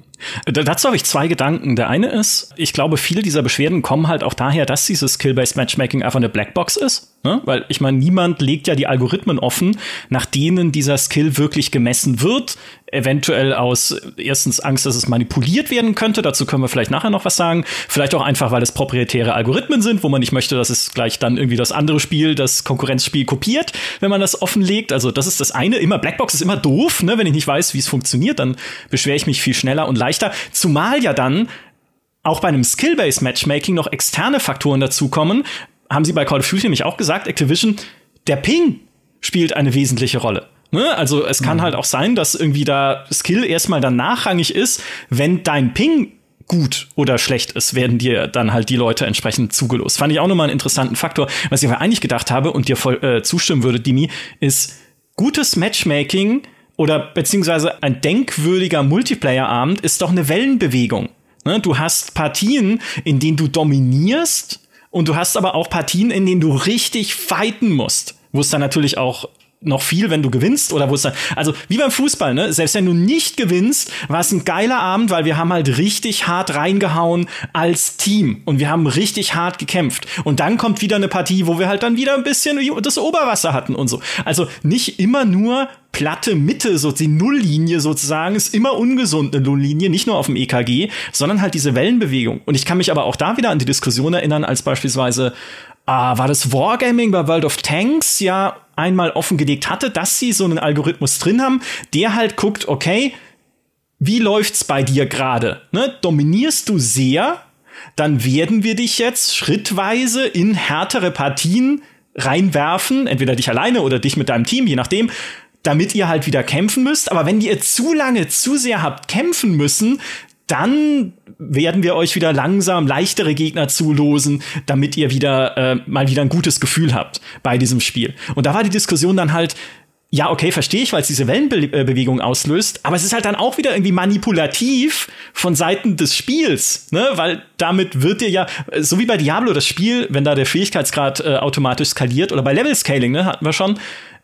Dazu habe ich 2 Gedanken. Der eine ist, ich glaube, viele dieser Beschwerden kommen halt auch daher, dass dieses Skill-Based Matchmaking einfach eine Blackbox ist. Ne? Weil, ich meine, niemand legt ja die Algorithmen offen, nach denen dieser Skill wirklich gemessen wird. Eventuell aus erstens Angst, dass es manipuliert werden könnte. Dazu können wir vielleicht nachher noch was sagen. Vielleicht auch einfach, weil es proprietäre Algorithmen sind, wo man nicht möchte, dass es gleich dann irgendwie das andere Spiel, das Konkurrenzspiel kopiert, wenn man das offenlegt. Also das ist das eine. Immer Blackbox ist immer doof, ne? Wenn ich nicht weiß, wie es funktioniert, dann beschwere ich mich viel schneller und leichter. Zumal ja dann auch bei einem Skill-Based Matchmaking noch externe Faktoren dazukommen. Haben sie bei Call of Duty nämlich auch gesagt, Activision, der Ping spielt eine wesentliche Rolle. Ne? Also es kann halt auch sein, dass irgendwie da Skill erstmal dann nachrangig ist, wenn dein Ping gut oder schlecht ist, werden dir dann halt die Leute entsprechend zugelost. Fand ich auch nochmal einen interessanten Faktor. Was ich aber eigentlich gedacht habe und dir voll zustimmen würde, Dimi, ist gutes Matchmaking oder beziehungsweise ein denkwürdiger Multiplayer-Abend ist doch eine Wellenbewegung. Ne? Du hast Partien, in denen du dominierst und du hast aber auch Partien, in denen du richtig fighten musst, wo es dann natürlich auch noch viel, wenn du gewinnst oder wo es dann, also wie beim Fußball, ne, selbst wenn du nicht gewinnst, war es ein geiler Abend, weil wir haben halt richtig hart reingehauen als Team und wir haben richtig hart gekämpft und dann kommt wieder eine Partie, wo wir halt dann wieder ein bisschen das Oberwasser hatten und so. Also nicht immer nur platte Mitte, so die Nulllinie sozusagen, ist immer ungesund, eine Nulllinie, nicht nur auf dem EKG, sondern halt diese Wellenbewegung. Und ich kann mich aber auch da wieder an die Diskussion erinnern, als beispielsweise war das Wargaming bei World of Tanks ja einmal offengelegt hatte, dass sie so einen Algorithmus drin haben, der halt guckt, okay, wie läuft's bei dir gerade? Ne? Dominierst du sehr, dann werden wir dich jetzt schrittweise in härtere Partien reinwerfen, entweder dich alleine oder dich mit deinem Team, je nachdem, damit ihr halt wieder kämpfen müsst. Aber wenn ihr zu lange, zu sehr habt kämpfen müssen, dann werden wir euch wieder langsam leichtere Gegner zulosen, damit ihr wieder mal wieder ein gutes Gefühl habt bei diesem Spiel. Und da war die Diskussion dann halt, ja, okay, verstehe ich, weil es diese Wellenbewegung auslöst, aber es ist halt dann auch wieder irgendwie manipulativ von Seiten des Spiels, ne? Weil damit wird dir ja, so wie bei Diablo das Spiel, wenn da der Schwierigkeitsgrad automatisch skaliert, oder bei Level Scaling, ne, hatten wir schon,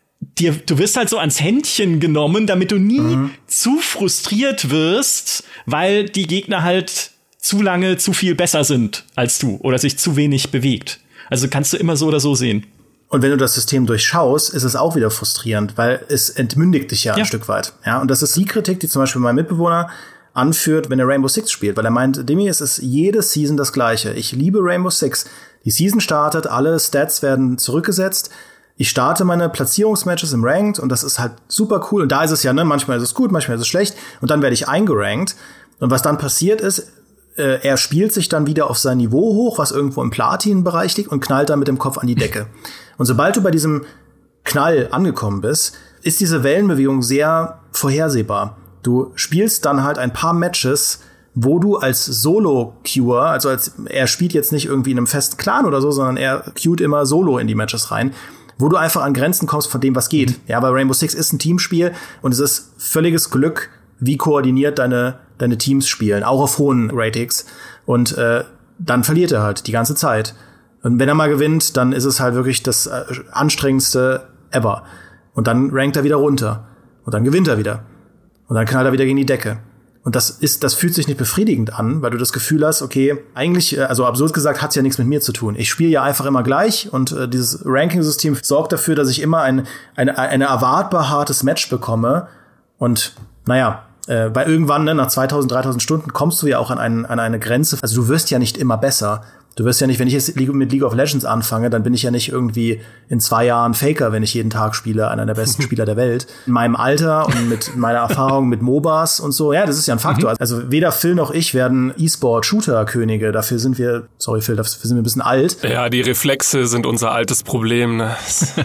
du wirst halt so ans Händchen genommen, damit du nie zu frustriert wirst, weil die Gegner halt zu lange zu viel besser sind als du oder sich zu wenig bewegt. Also kannst du immer so oder so sehen. Und wenn du das System durchschaust, ist es auch wieder frustrierend, weil es entmündigt dich ja ein Stück weit. Ja, und das ist die Kritik, die zum Beispiel mein Mitbewohner anführt, wenn er Rainbow Six spielt, weil er meint, Demi, es ist jede Season das Gleiche. Ich liebe Rainbow Six. Die Season startet, alle Stats werden zurückgesetzt. Ich starte meine Platzierungsmatches im Ranked und das ist halt super cool. Und da ist es ja, ne, manchmal ist es gut, manchmal ist es schlecht. Und dann werde ich eingerankt. Und was dann passiert ist, er spielt sich dann wieder auf sein Niveau hoch, was irgendwo im Platin-Bereich liegt, und knallt dann mit dem Kopf an die Decke. Und sobald du bei diesem Knall angekommen bist, ist diese Wellenbewegung sehr vorhersehbar. Du spielst dann halt ein paar Matches, wo du als Solo-Queuer, also er spielt jetzt nicht irgendwie in einem festen Clan oder so, sondern er queuet immer solo in die Matches rein, wo du einfach an Grenzen kommst von dem, was geht. Ja, weil Rainbow Six ist ein Teamspiel und es ist völliges Glück, wie koordiniert deine Teams spielen, auch auf hohen Ratings. Und dann verliert er halt die ganze Zeit. Und wenn er mal gewinnt, dann ist es halt wirklich das anstrengendste ever. Und dann rankt er wieder runter. Und dann gewinnt er wieder. Und dann knallt er wieder gegen die Decke. Und das fühlt sich nicht befriedigend an, weil du das Gefühl hast, okay, eigentlich, also absurd gesagt, hat's ja nichts mit mir zu tun. Ich spiele ja einfach immer gleich und dieses Ranking-System sorgt dafür, dass ich immer ein erwartbar hartes Match bekomme. Und naja, weil irgendwann, ne, nach 2000, 3000 Stunden kommst du ja auch an eine Grenze. Also du wirst ja nicht immer besser. Du wirst ja nicht, wenn ich jetzt mit League of Legends anfange, dann bin ich ja nicht irgendwie in 2 Jahren Faker, wenn ich jeden Tag spiele, einer der besten Spieler der Welt. In meinem Alter und mit meiner Erfahrung mit MOBAs und so, ja, das ist ja ein Faktor. Also weder Phil noch ich werden E-Sport-Shooter-Könige. Dafür sind wir, sorry Phil, dafür sind wir ein bisschen alt. Ja, die Reflexe sind unser altes Problem, ne?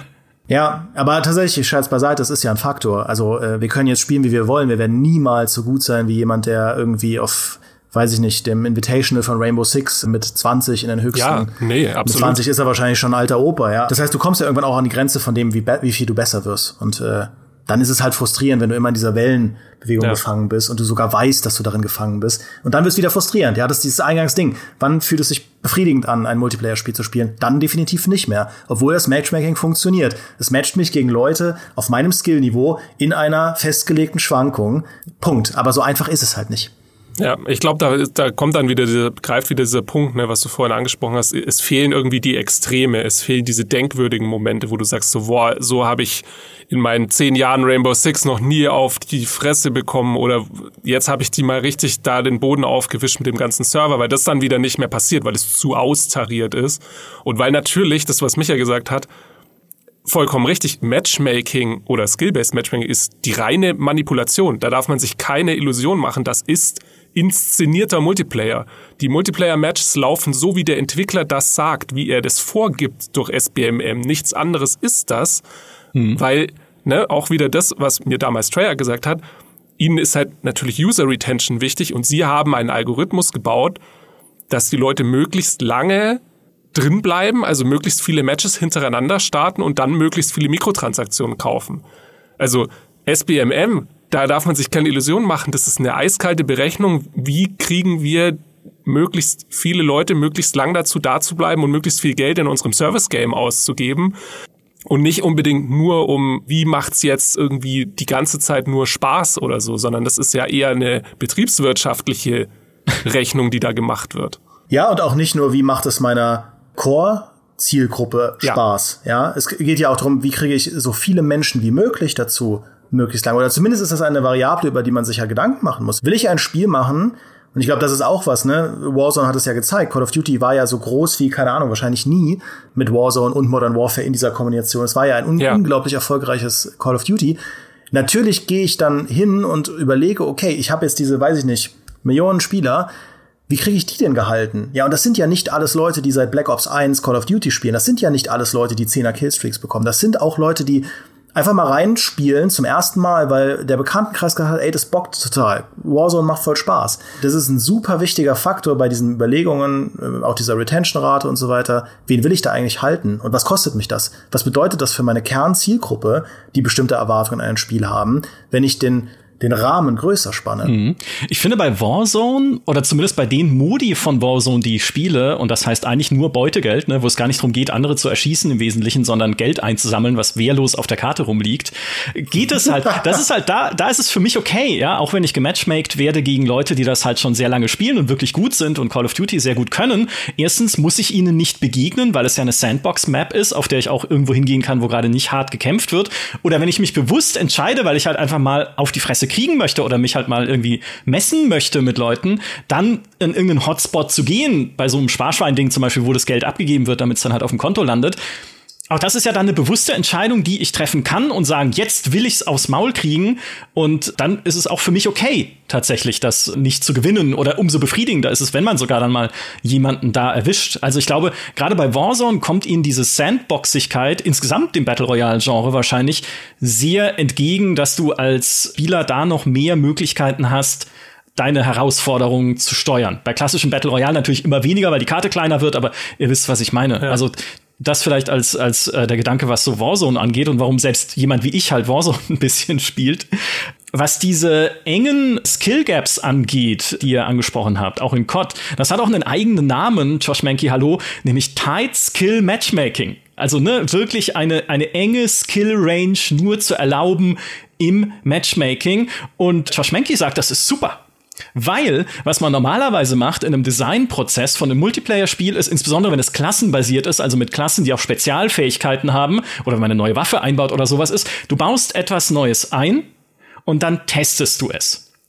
Ja, aber tatsächlich, Scherz beiseite, das ist ja ein Faktor. Also wir können jetzt spielen, wie wir wollen. Wir werden niemals so gut sein wie jemand, der irgendwie auf, weiß ich nicht, dem Invitational von Rainbow Six mit 20 in den höchsten. Ja, nee, absolut. Mit 20 ist er wahrscheinlich schon ein alter Opa, ja. Das heißt, du kommst ja irgendwann auch an die Grenze von dem, wie viel du besser wirst. Und dann ist es halt frustrierend, wenn du immer in dieser Wellenbewegung gefangen bist und du sogar weißt, dass du darin gefangen bist. Und dann wird es wieder frustrierend. Ja, das ist dieses Eingangsding. Wann fühlt es sich befriedigend an, ein Multiplayer-Spiel zu spielen? Dann definitiv nicht mehr. Obwohl das Matchmaking funktioniert. Es matcht mich gegen Leute auf meinem Skillniveau in einer festgelegten Schwankung. Punkt. Aber so einfach ist es halt nicht. Ja, ich glaube, da kommt dann wieder greift wieder dieser Punkt, ne, was du vorhin angesprochen hast. Es fehlen irgendwie die Extreme, es fehlen diese denkwürdigen Momente, wo du sagst, so habe ich in meinen 10 Jahren Rainbow Six noch nie auf die Fresse bekommen oder jetzt habe ich die mal richtig da den Boden aufgewischt mit dem ganzen Server, weil das dann wieder nicht mehr passiert, weil es zu austariert ist und weil natürlich, das was Micha gesagt hat, vollkommen richtig, Matchmaking oder Skill-Based Matchmaking ist die reine Manipulation. Da darf man sich keine Illusion machen, das ist inszenierter Multiplayer. Die Multiplayer-Matches laufen so, wie der Entwickler das sagt, wie er das vorgibt durch SBMM. Nichts anderes ist das, weil, ne, auch wieder das, was mir damals Treyarch gesagt hat, ihnen ist halt natürlich User-Retention wichtig und sie haben einen Algorithmus gebaut, dass die Leute möglichst lange drin bleiben, also möglichst viele Matches hintereinander starten und dann möglichst viele Mikrotransaktionen kaufen. Also SBMM, da darf man sich keine Illusion machen, das ist eine eiskalte Berechnung, wie kriegen wir möglichst viele Leute möglichst lang dazu da zu bleiben und möglichst viel Geld in unserem Service-Game auszugeben und nicht unbedingt nur wie macht's jetzt irgendwie die ganze Zeit nur Spaß oder so, sondern das ist ja eher eine betriebswirtschaftliche Rechnung, die da gemacht wird. Ja, und auch nicht nur, wie macht es meiner Core-Zielgruppe Spaß. Ja, es geht ja auch darum, wie kriege ich so viele Menschen wie möglich dazu, möglichst lang. Oder zumindest ist das eine Variable, über die man sich ja Gedanken machen muss. Will ich ein Spiel machen? Und ich glaube, das ist auch was, ne? Warzone hat es ja gezeigt. Call of Duty war ja so groß wie, keine Ahnung, wahrscheinlich nie mit Warzone und Modern Warfare in dieser Kombination. Es war ja ein unglaublich erfolgreiches Call of Duty. Natürlich gehe ich dann hin und überlege, okay, ich habe jetzt diese, weiß ich nicht, Millionen Spieler. Wie kriege ich die denn gehalten? Ja, und das sind ja nicht alles Leute, die seit Black Ops 1 Call of Duty spielen. Das sind ja nicht alles Leute, die 10er Killstreaks bekommen. Das sind auch Leute, die einfach mal reinspielen zum ersten Mal, weil der Bekanntenkreis gesagt hat, ey, das bockt total. Warzone macht voll Spaß. Das ist ein super wichtiger Faktor bei diesen Überlegungen, auch dieser Retention-Rate und so weiter. Wen will ich da eigentlich halten? Und was kostet mich das? Was bedeutet das für meine Kernzielgruppe, die bestimmte Erwartungen an ein Spiel haben, wenn ich den Rahmen größer spanne. Ich finde bei Warzone, oder zumindest bei den Modi von Warzone, die ich spiele, und das heißt eigentlich nur Beutegeld, ne, wo es gar nicht darum geht, andere zu erschießen im Wesentlichen, sondern Geld einzusammeln, was wehrlos auf der Karte rumliegt, geht es halt, das ist halt da ist es für mich okay, ja, auch wenn ich gematchmaked werde gegen Leute, die das halt schon sehr lange spielen und wirklich gut sind und Call of Duty sehr gut können. Erstens muss ich ihnen nicht begegnen, weil es ja eine Sandbox-Map ist, auf der ich auch irgendwo hingehen kann, wo gerade nicht hart gekämpft wird. Oder wenn ich mich bewusst entscheide, weil ich halt einfach mal auf die Fresse kriegen möchte oder mich halt mal irgendwie messen möchte mit Leuten, dann in irgendeinen Hotspot zu gehen, bei so einem Sparschwein-Ding zum Beispiel, wo das Geld abgegeben wird, damit es dann halt auf dem Konto landet. Auch das ist ja dann eine bewusste Entscheidung, die ich treffen kann und sagen, jetzt will ich's aufs Maul kriegen und dann ist es auch für mich okay, tatsächlich das nicht zu gewinnen oder umso befriedigender ist es, wenn man sogar dann mal jemanden da erwischt. Also ich glaube, gerade bei Warzone kommt ihnen diese Sandboxigkeit insgesamt dem Battle Royale Genre wahrscheinlich sehr entgegen, dass du als Spieler da noch mehr Möglichkeiten hast, deine Herausforderungen zu steuern. Bei klassischen Battle Royale natürlich immer weniger, weil die Karte kleiner wird, aber ihr wisst, was ich meine. Ja. Also das vielleicht als der Gedanke, was so Warzone angeht und warum selbst jemand wie ich halt Warzone ein bisschen spielt. Was diese engen Skill-Gaps angeht, die ihr angesprochen habt, auch in COD, das hat auch einen eigenen Namen, Josh Mankey, hallo, nämlich Tight Skill Matchmaking. Also wirklich eine enge Skill-Range nur zu erlauben im Matchmaking. Und Josh Mankey sagt, das ist super. Weil, was man normalerweise macht in einem Designprozess von einem Multiplayer-Spiel ist, insbesondere wenn es klassenbasiert ist, also mit Klassen, die auch Spezialfähigkeiten haben oder wenn man eine neue Waffe einbaut oder sowas ist, du baust etwas Neues ein und dann testest du es.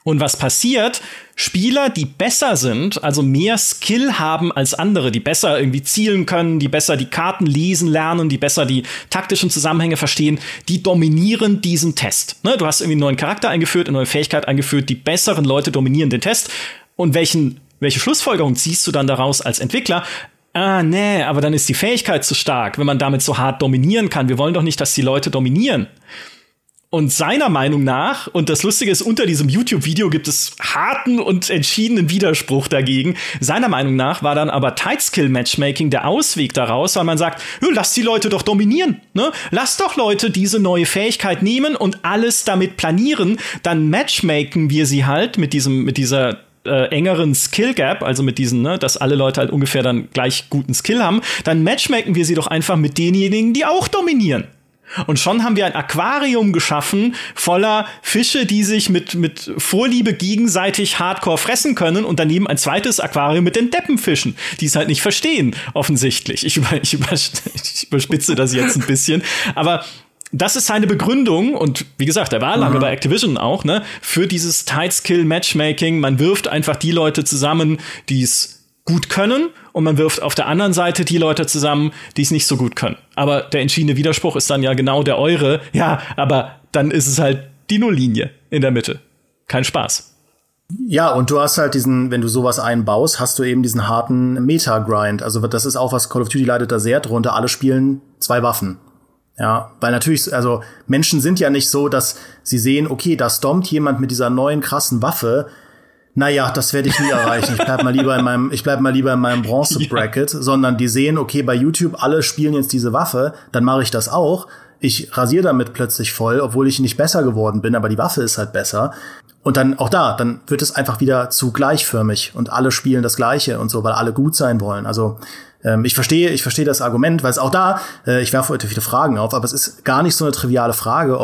Und was passiert? Spieler, die besser sind, also mehr Skill haben als andere, die besser irgendwie zielen können, die besser die Karten lesen lernen, die besser die taktischen Zusammenhänge verstehen, die dominieren diesen Test. Ne? Du hast irgendwie einen neuen Charakter eingeführt, eine neue Fähigkeit eingeführt, die besseren Leute dominieren den Test. Und welche Schlussfolgerung ziehst du dann daraus als Entwickler? Nee, aber dann ist die Fähigkeit zu stark, wenn man damit so hart dominieren kann. Wir wollen doch nicht, dass die Leute dominieren. Und seiner Meinung nach, und das Lustige ist, unter diesem YouTube-Video gibt es harten und entschiedenen Widerspruch dagegen. Seiner Meinung nach war dann aber Tight-Skill-Matchmaking der Ausweg daraus, weil man sagt, lass die Leute doch dominieren, ne? Lass doch Leute diese neue Fähigkeit nehmen und alles damit planieren. Dann matchmaken wir sie halt mit dieser engeren Skill Gap, also mit diesen, ne, dass alle Leute halt ungefähr dann gleich guten Skill haben. Dann matchmaken wir sie doch einfach mit denjenigen, die auch dominieren. Und schon haben wir ein Aquarium geschaffen voller Fische, die sich mit Vorliebe gegenseitig hardcore fressen können, und daneben ein zweites Aquarium mit den Deppenfischen, die es halt nicht verstehen, offensichtlich. Ich überspitze das jetzt ein bisschen, aber das ist seine Begründung, und wie gesagt, er war lange bei Activision auch, ne, für dieses Tight-Skill-Matchmaking. Man wirft einfach die Leute zusammen, die es gut können, und man wirft auf der anderen Seite die Leute zusammen, die es nicht so gut können. Aber der entschiedene Widerspruch ist dann ja genau der eure. Ja, aber dann ist es halt die Nulllinie in der Mitte. Kein Spaß. Ja, und du hast halt wenn du sowas einbaust, hast du eben diesen harten Meta-Grind. Also das ist auch was, Call of Duty leidet da sehr drunter. Alle spielen 2 Waffen. Ja, weil natürlich, also Menschen sind ja nicht so, dass sie sehen, okay, da stompt jemand mit dieser neuen krassen Waffe. Naja, das werde ich nie erreichen. Ich bleib mal lieber in meinem Bronze-Bracket, sondern die sehen, okay, bei YouTube, alle spielen jetzt diese Waffe, dann mache ich das auch. Ich rasiere damit plötzlich voll, obwohl ich nicht besser geworden bin, aber die Waffe ist halt besser. Und dann auch dann wird es einfach wieder zu gleichförmig und alle spielen das Gleiche und so, weil alle gut sein wollen. Also ich verstehe das Argument, weil es auch ich werfe heute viele Fragen auf, aber es ist gar nicht so eine triviale Frage,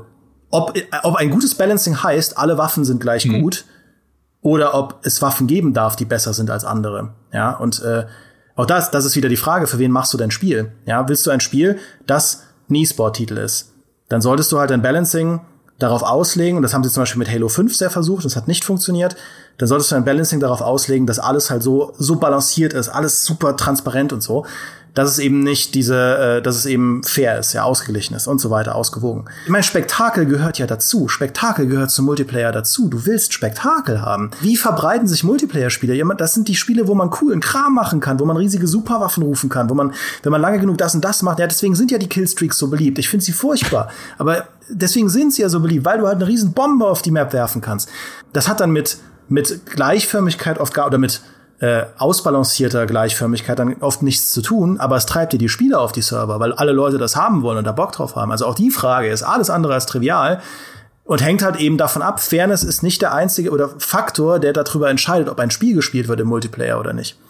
ob ein gutes Balancing heißt, alle Waffen sind gleich gut, oder ob es Waffen geben darf, die besser sind als andere. Ja, und auch das ist wieder die Frage, für wen machst du dein Spiel? Ja, willst du ein Spiel, das ein E-Sport-Titel ist? Dann solltest du halt dein Balancing darauf auslegen, und das haben sie zum Beispiel mit Halo 5 sehr versucht, das hat nicht funktioniert. Dann solltest du ein Balancing darauf auslegen, dass alles halt so balanciert ist, alles super transparent und so, dass es eben nicht dass es eben fair ist, ja, ausgeglichen ist und so weiter, ausgewogen. Ich meine, Spektakel gehört ja dazu. Spektakel gehört zum Multiplayer dazu. Du willst Spektakel haben. Wie verbreiten sich Multiplayer-Spiele? Ja, das sind die Spiele, wo man coolen Kram machen kann, wo man riesige Superwaffen rufen kann, wo man, wenn man lange genug das und das macht, ja, deswegen sind ja die Killstreaks so beliebt. Ich finde sie furchtbar. Aber deswegen sind sie ja so beliebt, weil du halt eine riesen Bombe auf die Map werfen kannst. Das hat dann mit Gleichförmigkeit oder mit ausbalancierter Gleichförmigkeit dann oft nichts zu tun, aber es treibt dir die Spieler auf die Server, weil alle Leute das haben wollen und da Bock drauf haben. Also auch die Frage ist alles andere als trivial und hängt halt eben davon ab, Fairness ist nicht der einzige oder Faktor, der darüber entscheidet, ob ein Spiel gespielt wird im Multiplayer oder nicht.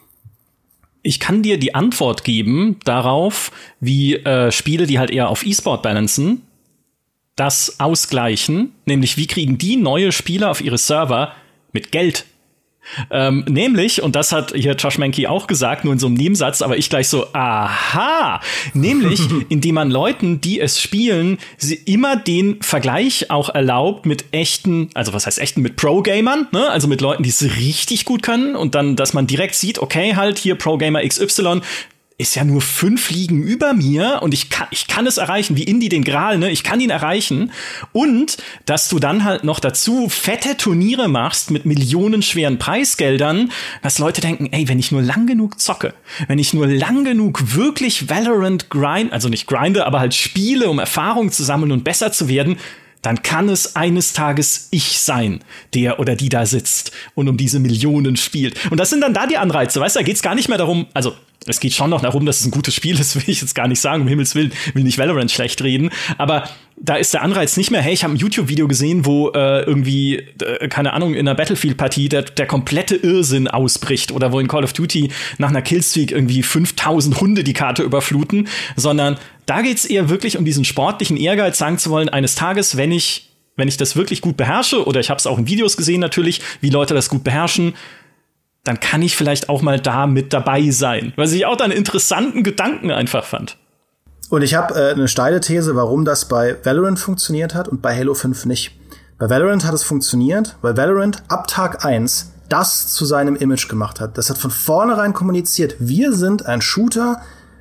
Ich kann dir die Antwort geben darauf, wie Spiele, die halt eher auf E-Sport balancen, das ausgleichen, nämlich wie kriegen die neue Spieler auf ihre Server mit Geld. Nämlich, und das hat hier Josh Mankey auch gesagt, nur in so einem Nebensatz, aber ich gleich so, aha, nämlich, indem man Leuten, die es spielen, sie immer den Vergleich auch erlaubt mit echten, also was heißt echten, mit Pro-Gamern, ne? Also mit Leuten, die es richtig gut können, und dann, dass man direkt sieht, okay, halt hier Pro-Gamer XY ist ja nur 5 Ligen über mir und ich kann es erreichen, wie Indy den Gral, ne? Ich kann ihn erreichen. Und dass du dann halt noch dazu fette Turniere machst mit millionenschweren Preisgeldern, dass Leute denken, ey, wenn ich nur lang genug zocke, wenn ich nur lang genug wirklich Valorant also nicht grinde, aber halt spiele, um Erfahrung zu sammeln und besser zu werden, dann kann es eines Tages ich sein, der oder die da sitzt und um diese Millionen spielt. Und das sind dann da die Anreize, weißt du, da geht's gar nicht mehr darum, also es geht schon noch darum, dass es ein gutes Spiel ist, will ich jetzt gar nicht sagen, um Himmels Willen, will nicht Valorant schlecht reden, aber da ist der Anreiz nicht mehr, hey, ich habe ein YouTube-Video gesehen, wo irgendwie, keine Ahnung, in einer Battlefield-Partie der komplette Irrsinn ausbricht oder wo in Call of Duty nach einer Killstreak irgendwie 5000 Hunde die Karte überfluten, sondern da geht's eher wirklich um diesen sportlichen Ehrgeiz, sagen zu wollen, eines Tages, wenn ich das wirklich gut beherrsche, oder ich habe es auch in Videos gesehen natürlich, wie Leute das gut beherrschen, dann kann ich vielleicht auch mal da mit dabei sein. Was ich auch da einen interessanten Gedanken einfach fand. Und ich habe eine steile These, warum das bei Valorant funktioniert hat und bei Halo 5 nicht. Bei Valorant hat es funktioniert, weil Valorant ab Tag 1 das zu seinem Image gemacht hat. Das hat von vornherein kommuniziert, wir sind ein Shooter,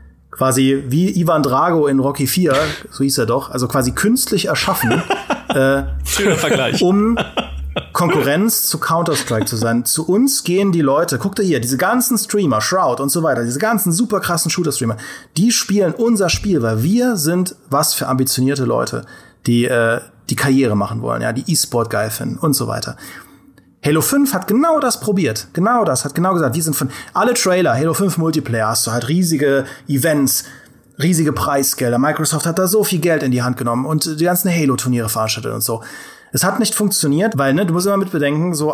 quasi wie Ivan Drago in Rocky 4, so hieß er doch, also quasi künstlich erschaffen, Schöner Vergleich. um Konkurrenz zu Counter-Strike zu sein. Zu uns gehen die Leute, guckt ihr hier, diese ganzen Streamer, Shroud und so weiter, diese ganzen super krassen Shooter-Streamer, die spielen unser Spiel, weil wir sind was für ambitionierte Leute, die Karriere machen wollen, ja, die E-Sport geil finden und so weiter. Halo 5 hat genau das probiert. Genau das, hat genau gesagt, wir sind von alle Trailer, Halo 5 Multiplayer, hast du halt riesige Events, riesige Preisgelder. Microsoft hat da so viel Geld in die Hand genommen und die ganzen Halo-Turniere veranstaltet und so. Es hat nicht funktioniert, weil, du musst immer mit bedenken, so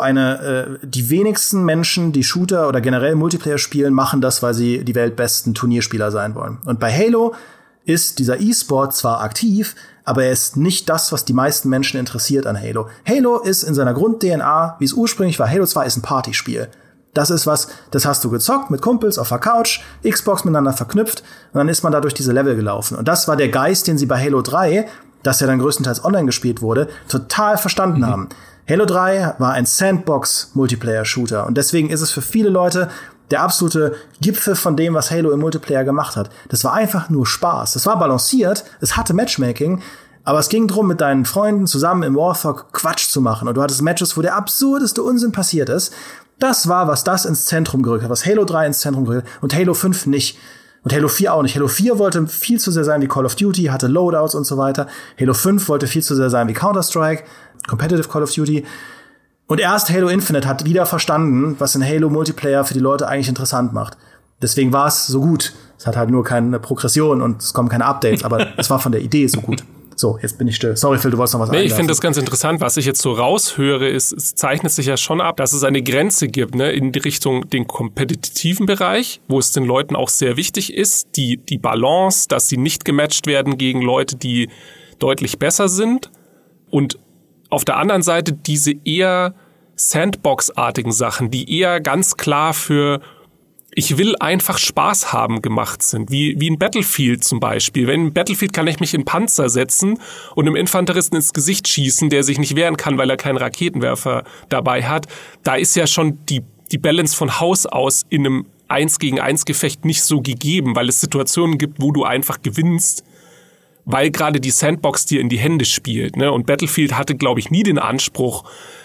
die wenigsten Menschen, die Shooter oder generell Multiplayer spielen, machen das, weil sie die weltbesten Turnierspieler sein wollen. Und bei Halo ist dieser E-Sport zwar aktiv, aber er ist nicht das, was die meisten Menschen interessiert an Halo. Halo ist in seiner Grund-DNA, wie es ursprünglich war, Halo 2 ist ein Partyspiel. Das ist was, das hast du gezockt mit Kumpels auf der Couch, Xbox miteinander verknüpft und dann ist man da durch diese Level gelaufen. Und das war der Geist, den sie bei Halo 3, das ja dann größtenteils online gespielt wurde, total verstanden haben. Halo 3 war ein Sandbox-Multiplayer-Shooter und deswegen ist es für viele Leute der absolute Gipfel von dem, was Halo im Multiplayer gemacht hat. Das war einfach nur Spaß. Das war balanciert, es hatte Matchmaking, aber es ging drum, mit deinen Freunden zusammen im Warthog Quatsch zu machen. Und du hattest Matches, wo der absurdeste Unsinn passiert ist. Das war, was das ins Zentrum gerückt hat, was Halo 3 ins Zentrum gerückt hat und Halo 5 nicht. Und Halo 4 auch nicht. Halo 4 wollte viel zu sehr sein wie Call of Duty, hatte Loadouts und so weiter. Halo 5 wollte viel zu sehr sein wie Counter-Strike, Competitive Call of Duty. Und erst Halo Infinite hat wieder verstanden, was in Halo Multiplayer für die Leute eigentlich interessant macht. Deswegen war es so gut. Es hat halt nur keine Progression und es kommen keine Updates, aber es war von der Idee so gut. So, jetzt bin ich still. Sorry, Phil, du wolltest noch was einwerfen. Ich finde das ganz interessant. Was ich jetzt so raushöre, ist, es zeichnet sich ja schon ab, dass es eine Grenze gibt, ne, in die Richtung den kompetitiven Bereich, wo es den Leuten auch sehr wichtig ist, die Balance, dass sie nicht gematcht werden gegen Leute, die deutlich besser sind. Und auf der anderen Seite diese eher Sandbox-artigen Sachen, die eher ganz klar für ich will einfach Spaß haben gemacht sind, wie in Battlefield zum Beispiel. Wenn in Battlefield kann ich mich in Panzer setzen und einem Infanteristen ins Gesicht schießen, der sich nicht wehren kann, weil er keinen Raketenwerfer dabei hat. Da ist ja schon die Balance von Haus aus in einem 1-gegen-1-Gefecht nicht so gegeben, weil es Situationen gibt, wo du einfach gewinnst, weil gerade die Sandbox dir in die Hände spielt. Ne? Und Battlefield hatte, glaube ich, nie den Anspruch,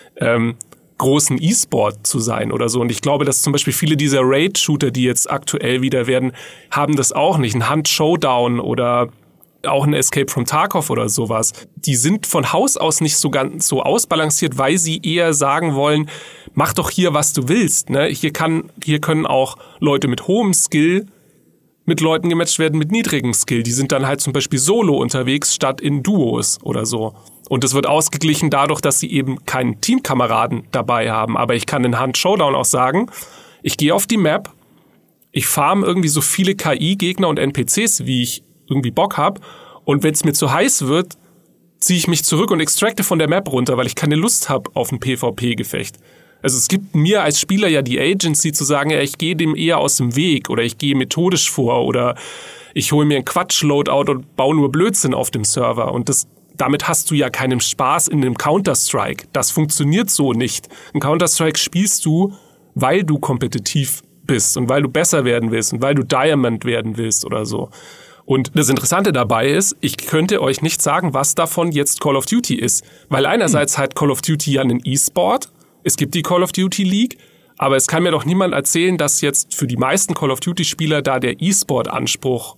großen E-Sport zu sein oder so. Und ich glaube, dass zum Beispiel viele dieser Raid-Shooter, die jetzt aktuell wieder werden, haben das auch nicht. Ein Hunt Showdown oder auch ein Escape from Tarkov oder sowas. Die sind von Haus aus nicht so ganz so ausbalanciert, weil sie eher sagen wollen, mach doch hier, was du willst. Ne? Hier können auch Leute mit hohem Skill mit Leuten gematcht werden mit niedrigem Skill. Die sind dann halt zum Beispiel solo unterwegs statt in Duos oder so. Und es wird ausgeglichen dadurch, dass sie eben keinen Teamkameraden dabei haben. Aber ich kann in Hunt Showdown auch sagen, ich gehe auf die Map, ich farm irgendwie so viele KI-Gegner und NPCs, wie ich irgendwie Bock habe. Und wenn es mir zu heiß wird, ziehe ich mich zurück und extracte von der Map runter, weil ich keine Lust habe auf ein PvP-Gefecht. Also es gibt mir als Spieler ja die Agency zu sagen, ja, ich gehe dem eher aus dem Weg oder ich gehe methodisch vor oder ich hole mir einen Quatsch-Loadout und baue nur Blödsinn auf dem Server. Und damit hast du ja keinen Spaß in einem Counter-Strike. Das funktioniert so nicht. Ein Counter-Strike spielst du, weil du kompetitiv bist und weil du besser werden willst und weil du Diamond werden willst oder so. Und das Interessante dabei ist, ich könnte euch nicht sagen, was davon jetzt Call of Duty ist. Weil einerseits hat Call of Duty ja einen E-Sport, es gibt die Call of Duty League, aber es kann mir doch niemand erzählen, dass jetzt für die meisten Call of Duty Spieler da der E-Sport-Anspruch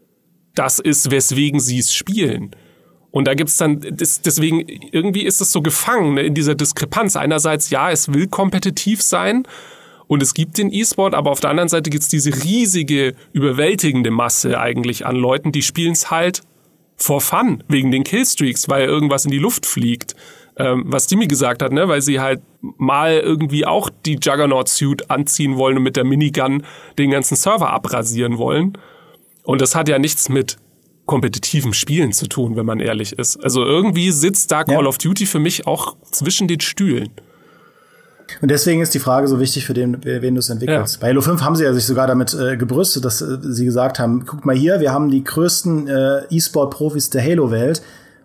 das ist, weswegen sie es spielen. Und da gibt's dann, deswegen, irgendwie ist es so gefangen, ne, in dieser Diskrepanz. Einerseits, ja, es will kompetitiv sein und es gibt den E-Sport, aber auf der anderen Seite gibt's diese riesige, überwältigende Masse eigentlich an Leuten, die spielen's halt for fun, wegen den Killstreaks, weil irgendwas in die Luft fliegt. Was Timmy gesagt hat, ne, weil sie halt mal irgendwie auch die Juggernaut-Suit anziehen wollen und mit der Minigun den ganzen Server abrasieren wollen. Und das hat ja nichts mit kompetitivem Spielen zu tun, wenn man ehrlich ist. Also irgendwie sitzt da Call of Duty für mich auch zwischen den Stühlen. Und deswegen ist die Frage so wichtig, für wen du es entwickelst. Ja. Bei Halo 5 haben sie ja sich sogar damit gebrüstet, dass sie gesagt haben, guck mal hier, wir haben die größten E-Sport-Profis der Halo-Welt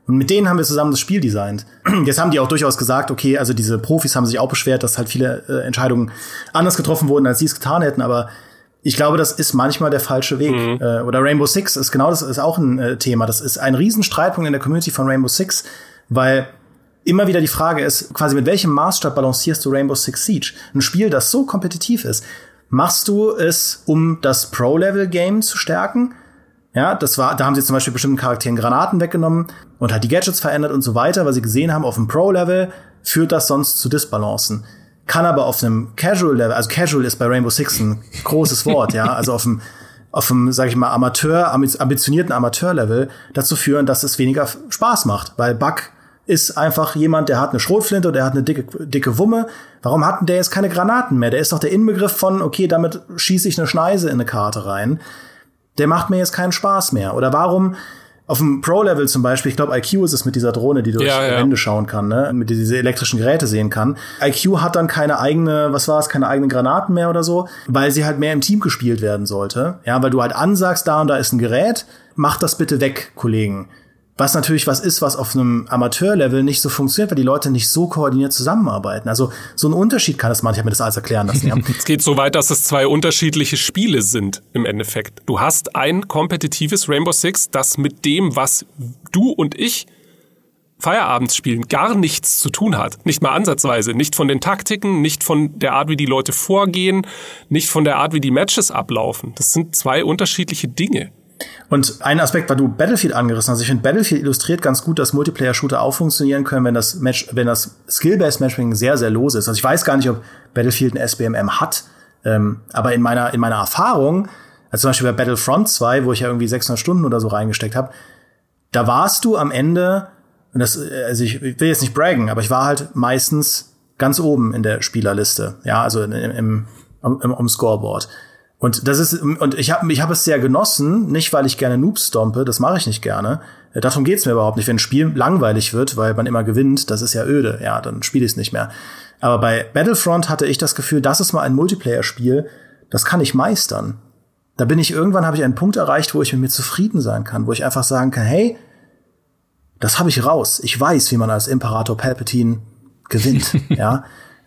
Und mit denen haben wir zusammen das Spiel designt. Jetzt haben die auch durchaus gesagt, okay, also diese Profis haben sich auch beschwert, dass halt viele Entscheidungen anders getroffen wurden, als sie es getan hätten, aber ich glaube, das ist manchmal der falsche Weg. Oder Rainbow Six ist genau das, ist auch ein Thema. Das ist ein Riesenstreitpunkt in der Community von Rainbow Six, weil immer wieder die Frage ist, quasi mit welchem Maßstab balancierst du Rainbow Six Siege? Ein Spiel, das so kompetitiv ist. Machst du es, um das Pro-Level-Game zu stärken? Ja, da haben sie zum Beispiel bestimmten Charakteren Granaten weggenommen und halt die Gadgets verändert und so weiter, weil sie gesehen haben, auf dem Pro-Level führt das sonst zu Disbalancen. Kann aber auf einem Casual-Level, also Casual ist bei Rainbow Six ein großes Wort, ja, also auf dem, sag ich mal, ambitionierten Amateur-Level dazu führen, dass es weniger Spaß macht, weil Buck ist einfach jemand, der hat eine Schrotflinte oder der hat eine dicke Wumme. Warum hat denn der jetzt keine Granaten mehr? Der ist doch der Inbegriff von, okay, damit schieße ich eine Schneise in eine Karte rein. Der macht mir jetzt keinen Spaß mehr. Oder warum auf dem Pro-Level zum Beispiel, ich glaube, IQ ist es mit dieser Drohne, die durch Wände schauen kann, ne? Mit diese elektrischen Geräte sehen kann. IQ hat dann keine eigenen Granaten mehr oder so, weil sie halt mehr im Team gespielt werden sollte. Ja, weil du halt ansagst, da und da ist ein Gerät, mach das bitte weg, Kollegen. Was natürlich was ist, was auf einem Amateur-Level nicht so funktioniert, weil die Leute nicht so koordiniert zusammenarbeiten. Also so ein Unterschied kann das manchmal, mir das alles erklären lassen. Ja. Es geht so weit, dass es 2 unterschiedliche Spiele sind im Endeffekt. Du hast ein kompetitives Rainbow Six, das mit dem, was du und ich Feierabends spielen, gar nichts zu tun hat. Nicht mal ansatzweise. Nicht von den Taktiken, nicht von der Art, wie die Leute vorgehen, nicht von der Art, wie die Matches ablaufen. Das sind 2 unterschiedliche Dinge. Und ein Aspekt, weil du Battlefield angerissen hast, ich finde, Battlefield illustriert ganz gut, dass Multiplayer-Shooter auch funktionieren können, wenn das Skill-Based Matchmaking sehr, sehr los ist. Also ich weiß gar nicht, ob Battlefield ein SBMM hat, aber in meiner Erfahrung, also zum Beispiel bei Battlefront 2, wo ich ja irgendwie 600 Stunden oder so reingesteckt habe, da warst du am Ende, und also ich will jetzt nicht braggen, aber ich war halt meistens ganz oben in der Spielerliste, ja, also im Scoreboard. Und ich habe es sehr genossen, nicht weil ich gerne Noobs stompe, das mache ich nicht gerne. Darum geht's mir überhaupt nicht. Wenn ein Spiel langweilig wird, weil man immer gewinnt, das ist ja öde, ja, dann spiele ich es nicht mehr. Aber bei Battlefront hatte ich das Gefühl, das ist mal ein Multiplayer-Spiel, das kann ich meistern. Irgendwann habe ich einen Punkt erreicht, wo ich mit mir zufrieden sein kann, wo ich einfach sagen kann, hey, das habe ich raus. Ich weiß, wie man als Imperator Palpatine gewinnt, ja.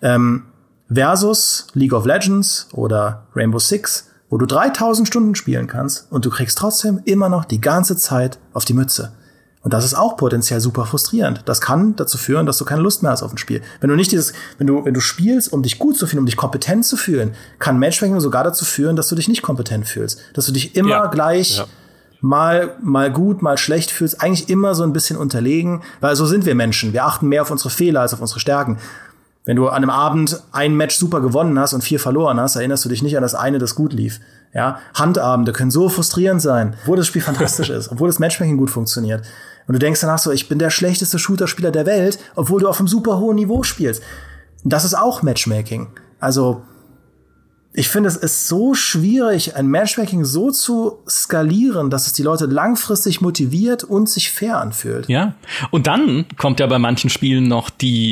Versus League of Legends oder Rainbow Six, wo du 3000 Stunden spielen kannst und du kriegst trotzdem immer noch die ganze Zeit auf die Mütze. Und das ist auch potenziell super frustrierend. Das kann dazu führen, dass du keine Lust mehr hast auf ein Spiel. Wenn du spielst, um dich gut zu fühlen, um dich kompetent zu fühlen, kann Matchmaking sogar dazu führen, dass du dich nicht kompetent fühlst. Dass du dich immer gleich mal gut, mal schlecht fühlst, eigentlich immer so ein bisschen unterlegen, weil so sind wir Menschen. Wir achten mehr auf unsere Fehler als auf unsere Stärken. Wenn du an einem Abend ein Match super gewonnen hast und 4 verloren hast, erinnerst du dich nicht an das eine, das gut lief. Ja, Handabende können so frustrierend sein, obwohl das Spiel fantastisch ist, obwohl das Matchmaking gut funktioniert. Und du denkst danach so, ich bin der schlechteste Shooter-Spieler der Welt, obwohl du auf einem super hohen Niveau spielst. Und das ist auch Matchmaking. Also, ich finde, es ist so schwierig, ein Matchmaking so zu skalieren, dass es die Leute langfristig motiviert und sich fair anfühlt. Ja, und dann kommt ja bei manchen Spielen noch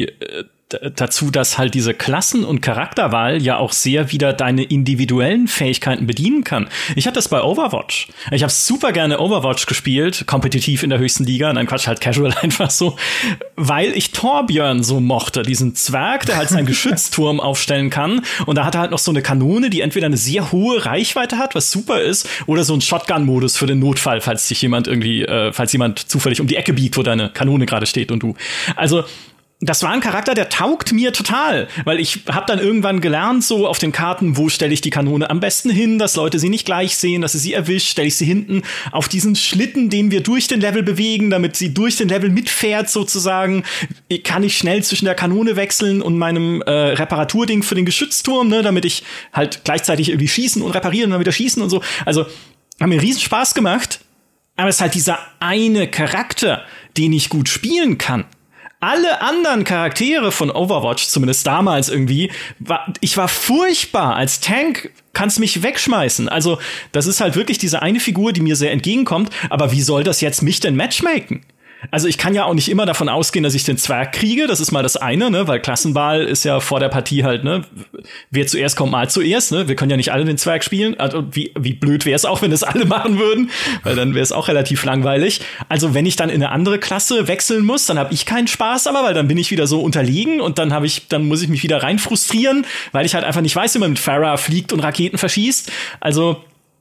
dazu, dass halt diese Klassen- und Charakterwahl ja auch sehr wieder deine individuellen Fähigkeiten bedienen kann. Ich hatte das bei Overwatch. Ich habe super gerne Overwatch gespielt, kompetitiv in der höchsten Liga, nein Quatsch, halt casual einfach so, weil ich Torbjörn so mochte, diesen Zwerg, der halt seinen Geschützturm aufstellen kann und da hat er halt noch so eine Kanone, die entweder eine sehr hohe Reichweite hat, was super ist, oder so einen Shotgun-Modus für den Notfall, falls jemand zufällig um die Ecke biegt, wo deine Kanone gerade steht und du. Also das war ein Charakter, der taugt mir total, weil ich habe dann irgendwann gelernt, so auf den Karten, wo stelle ich die Kanone am besten hin, dass Leute sie nicht gleich sehen, dass sie erwischt, stelle ich sie hinten auf diesen Schlitten, den wir durch den Level bewegen, damit sie durch den Level mitfährt sozusagen, kann ich schnell zwischen der Kanone wechseln und meinem Reparaturding für den Geschützturm, ne, damit ich halt gleichzeitig irgendwie schießen und reparieren und dann wieder schießen und so. Also, hat mir riesen Spaß gemacht, aber es ist halt dieser eine Charakter, den ich gut spielen kann. Alle anderen Charaktere von Overwatch, zumindest damals irgendwie, ich war furchtbar. Als Tank kannst mich wegschmeißen. Also, das ist halt wirklich diese eine Figur, die mir sehr entgegenkommt. Aber wie soll das jetzt mich denn matchmaken? Also ich kann ja auch nicht immer davon ausgehen, dass ich den Zwerg kriege. Das ist mal das eine, ne? Weil Klassenwahl ist ja vor der Partie halt, ne? Wer zuerst kommt, mal zuerst, ne? Wir können ja nicht alle den Zwerg spielen. Also wie blöd wäre es auch, wenn es alle machen würden, weil dann wäre es auch relativ langweilig. Also wenn ich dann in eine andere Klasse wechseln muss, dann habe ich keinen Spaß, aber weil dann bin ich wieder so unterlegen und dann muss ich mich wieder rein frustrieren, weil ich halt einfach nicht weiß, wie man mit Pharah fliegt und Raketen verschießt. Also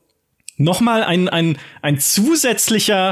nochmal ein zusätzlicher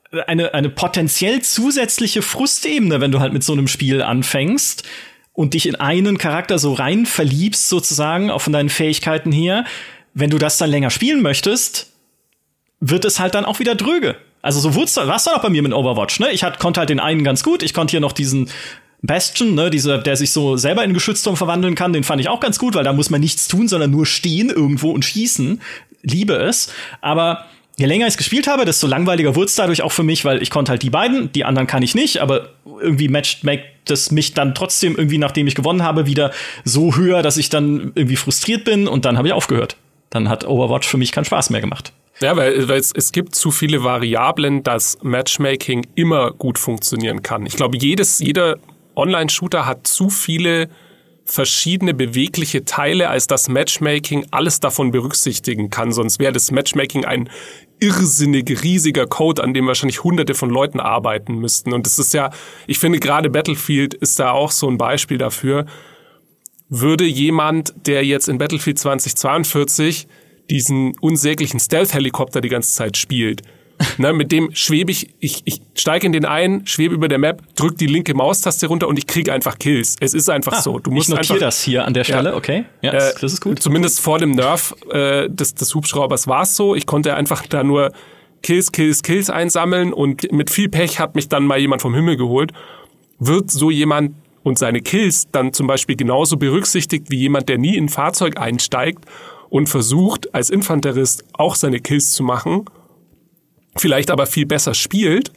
eine potenziell zusätzliche Frustebene, wenn du halt mit so einem Spiel anfängst und dich in einen Charakter so rein verliebst, sozusagen, auch von deinen Fähigkeiten her. Wenn du das dann länger spielen möchtest, wird es halt dann auch wieder dröge. Also so war es dann auch bei mir mit Overwatch, ne? Ich konnte halt den einen ganz gut. Ich konnte hier noch diesen Bastion, ne, der sich so selber in Geschützturm verwandeln kann, den fand ich auch ganz gut, weil da muss man nichts tun, sondern nur stehen irgendwo und schießen. Liebe es. Aber je länger ich es gespielt habe, desto langweiliger wurde es dadurch auch für mich, weil ich konnte halt die beiden, die anderen kann ich nicht, aber irgendwie matcht das mich dann trotzdem irgendwie, nachdem ich gewonnen habe, wieder so höher, dass ich dann irgendwie frustriert bin und dann habe ich aufgehört. Dann hat Overwatch für mich keinen Spaß mehr gemacht. Ja, weil es gibt zu viele Variablen, dass Matchmaking immer gut funktionieren kann. Ich glaube, jeder Online-Shooter hat zu viele verschiedene bewegliche Teile, als das Matchmaking alles davon berücksichtigen kann. Sonst wäre das Matchmaking ein irrsinnig riesiger Code, an dem wahrscheinlich hunderte von Leuten arbeiten müssten. Und das ist ja, ich finde gerade Battlefield ist da auch so ein Beispiel dafür. Würde jemand, der jetzt in Battlefield 2042 diesen unsäglichen Stealth-Helikopter die ganze Zeit spielt, ne, mit dem schwebe ich steige in den ein, schwebe über der Map, drück die linke Maustaste runter und ich kriege einfach Kills. Es ist einfach so. Du musst ich notiere das hier an der Stelle, okay. Ja, das ist gut. Zumindest vor dem Nerf des Hubschraubers war es so. Ich konnte einfach da nur Kills einsammeln und mit viel Pech hat mich dann mal jemand vom Himmel geholt. Wird so jemand und seine Kills dann zum Beispiel genauso berücksichtigt wie jemand, der nie in ein Fahrzeug einsteigt und versucht, als Infanterist auch seine Kills zu machen, vielleicht aber viel besser spielt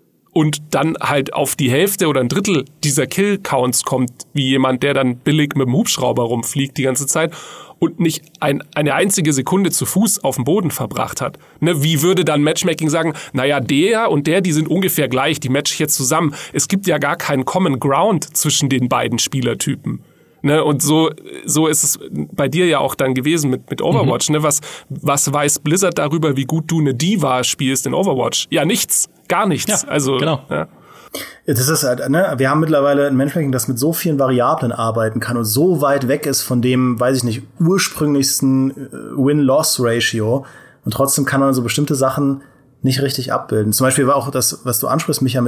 und dann halt auf die Hälfte oder ein Drittel dieser Kill-Counts kommt, wie jemand, der dann billig mit dem Hubschrauber rumfliegt die ganze Zeit und nicht eine einzige Sekunde zu Fuß auf dem Boden verbracht hat. Ne, wie würde dann Matchmaking sagen, naja, der und der, die sind ungefähr gleich, die matche ich jetzt zusammen. Es gibt ja gar keinen Common Ground zwischen den beiden Spielertypen. Ne, und so ist es bei dir ja auch dann gewesen mit Overwatch. Ne? Was weiß Blizzard darüber, wie gut du eine Diva spielst in Overwatch? Ja, nichts. Gar nichts. Ja, also, genau. Ja. Das ist halt, ne, wir haben mittlerweile ein Matchmaking, das mit so vielen Variablen arbeiten kann und so weit weg ist von dem, weiß ich nicht, ursprünglichsten Win-Loss-Ratio. Und trotzdem kann man so bestimmte Sachen nicht richtig abbilden. Zum Beispiel war auch das, was du ansprichst, Micha,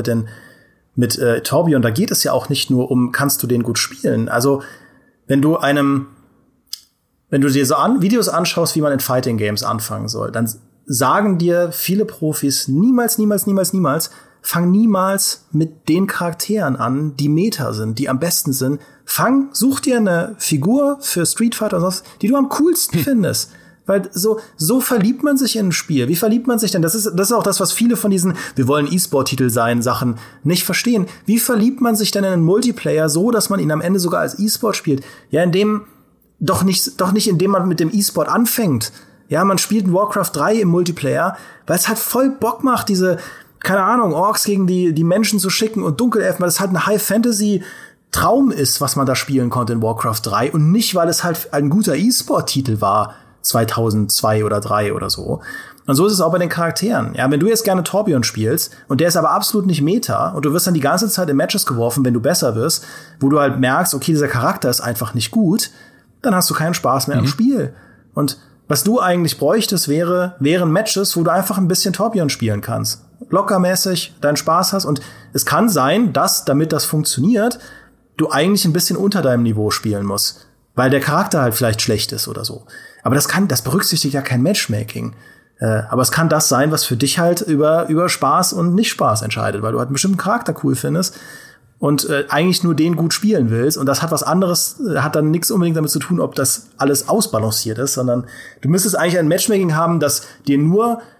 mit Torbjörn, da geht es ja auch nicht nur um, kannst du den gut spielen? Also, wenn du dir so Videos anschaust, wie man in Fighting Games anfangen soll, dann sagen dir viele Profis niemals, fang niemals mit den Charakteren an, die Meta sind, die am besten sind. Such dir eine Figur für Street Fighter oder sonst, die du am coolsten findest. Weil so verliebt man sich in ein Spiel. Wie verliebt man sich denn? Das ist auch das, was viele von diesen wir wollen E-Sport-Titel sein Sachen nicht verstehen. Wie verliebt man sich denn in einen Multiplayer so, dass man ihn am Ende sogar als E-Sport spielt? Ja, doch nicht indem man mit dem E-Sport anfängt. Ja, man spielt in Warcraft 3 im Multiplayer, weil es halt voll Bock macht, diese, keine Ahnung, Orks gegen die Menschen zu schicken und Dunkelelfen, weil es halt ein High-Fantasy-Traum ist, was man da spielen konnte in Warcraft 3 und nicht, weil es halt ein guter E-Sport-Titel war. 2002 oder 2003 oder so. Und so ist es auch bei den Charakteren. Ja, wenn du jetzt gerne Torbjörn spielst und der ist aber absolut nicht Meta und du wirst dann die ganze Zeit in Matches geworfen, wenn du besser wirst, wo du halt merkst, okay, dieser Charakter ist einfach nicht gut, dann hast du keinen Spaß mehr am Spiel. Und was du eigentlich bräuchtest, wären Matches, wo du einfach ein bisschen Torbjörn spielen kannst. Lockermäßig deinen Spaß hast und es kann sein, dass, damit das funktioniert, du eigentlich ein bisschen unter deinem Niveau spielen musst, weil der Charakter halt vielleicht schlecht ist oder so. Aber das berücksichtigt ja kein Matchmaking. Aber es kann das sein, was für dich halt über Spaß und nicht Spaß entscheidet, weil du halt einen bestimmten Charakter cool findest und eigentlich nur den gut spielen willst. Und das hat was anderes, hat dann nichts unbedingt damit zu tun, ob das alles ausbalanciert ist, sondern du müsstest eigentlich ein Matchmaking haben, das dir nur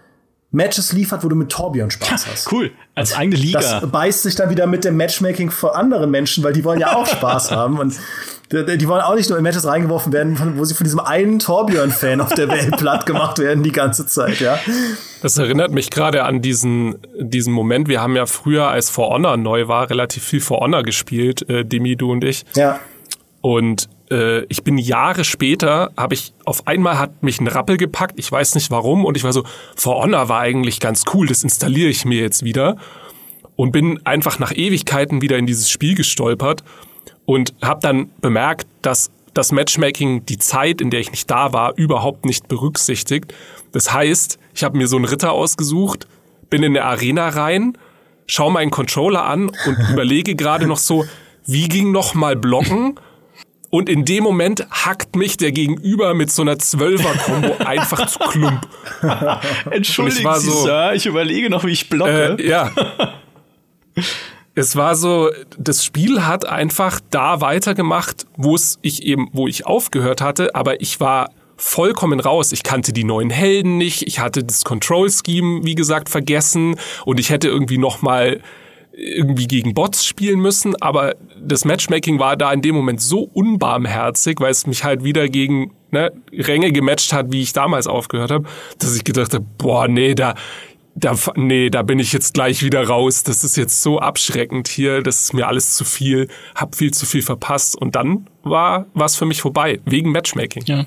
Matches liefert, wo du mit Torbjörn Spaß hast. Cool, als eigene Liga. Das beißt sich dann wieder mit dem Matchmaking von anderen Menschen, weil die wollen ja auch Spaß haben und die wollen auch nicht nur in Matches reingeworfen werden, wo sie von diesem einen Torbjörn-Fan auf der Welt platt gemacht werden die ganze Zeit, ja. Das erinnert mich gerade an diesen Moment. Wir haben ja früher, als For Honor neu war, relativ viel For Honor gespielt, Demi, du und ich. Ja. Und ich bin Jahre später, auf einmal hat mich ein Rappel gepackt, ich weiß nicht warum, und ich war so, For Honor war eigentlich ganz cool, das installiere ich mir jetzt wieder. Und bin einfach nach Ewigkeiten wieder in dieses Spiel gestolpert und habe dann bemerkt, dass das Matchmaking die Zeit, in der ich nicht da war, überhaupt nicht berücksichtigt. Das heißt, ich habe mir so einen Ritter ausgesucht, bin in eine Arena rein, schaue meinen Controller an und überlege gerade noch so, wie ging noch mal blocken? Und in dem Moment hackt mich der Gegenüber mit so einer 12er-Kombo einfach zu Klump. Entschuldigen Sie, so, Sir, ich überlege noch, wie ich blocke. Ja. Es war so, das Spiel hat einfach da weitergemacht, wo ich aufgehört hatte, aber ich war vollkommen raus. Ich kannte die neuen Helden nicht, ich hatte das Control-Scheme, wie gesagt, vergessen und ich hätte irgendwie nochmal gegen Bots spielen müssen, aber das Matchmaking war da in dem Moment so unbarmherzig, weil es mich halt wieder gegen Ränge gematcht hat, wie ich damals aufgehört habe, dass ich gedacht habe, boah, da bin ich jetzt gleich wieder raus, das ist jetzt so abschreckend hier, das ist mir alles zu viel, hab viel zu viel verpasst und dann war es für mich vorbei, wegen Matchmaking. Ja.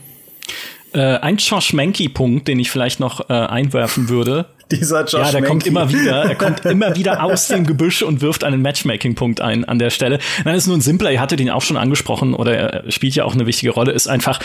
Ein Josh Mankey-Punkt, den ich vielleicht noch einwerfen würde. Dieser Josh Mankey. Ja, der kommt immer wieder aus dem Gebüsch und wirft einen Matchmaking-Punkt ein an der Stelle. Nein, das ist nur ein simpler, ihr hattet ihn auch schon angesprochen oder er spielt ja auch eine wichtige Rolle, ist einfach,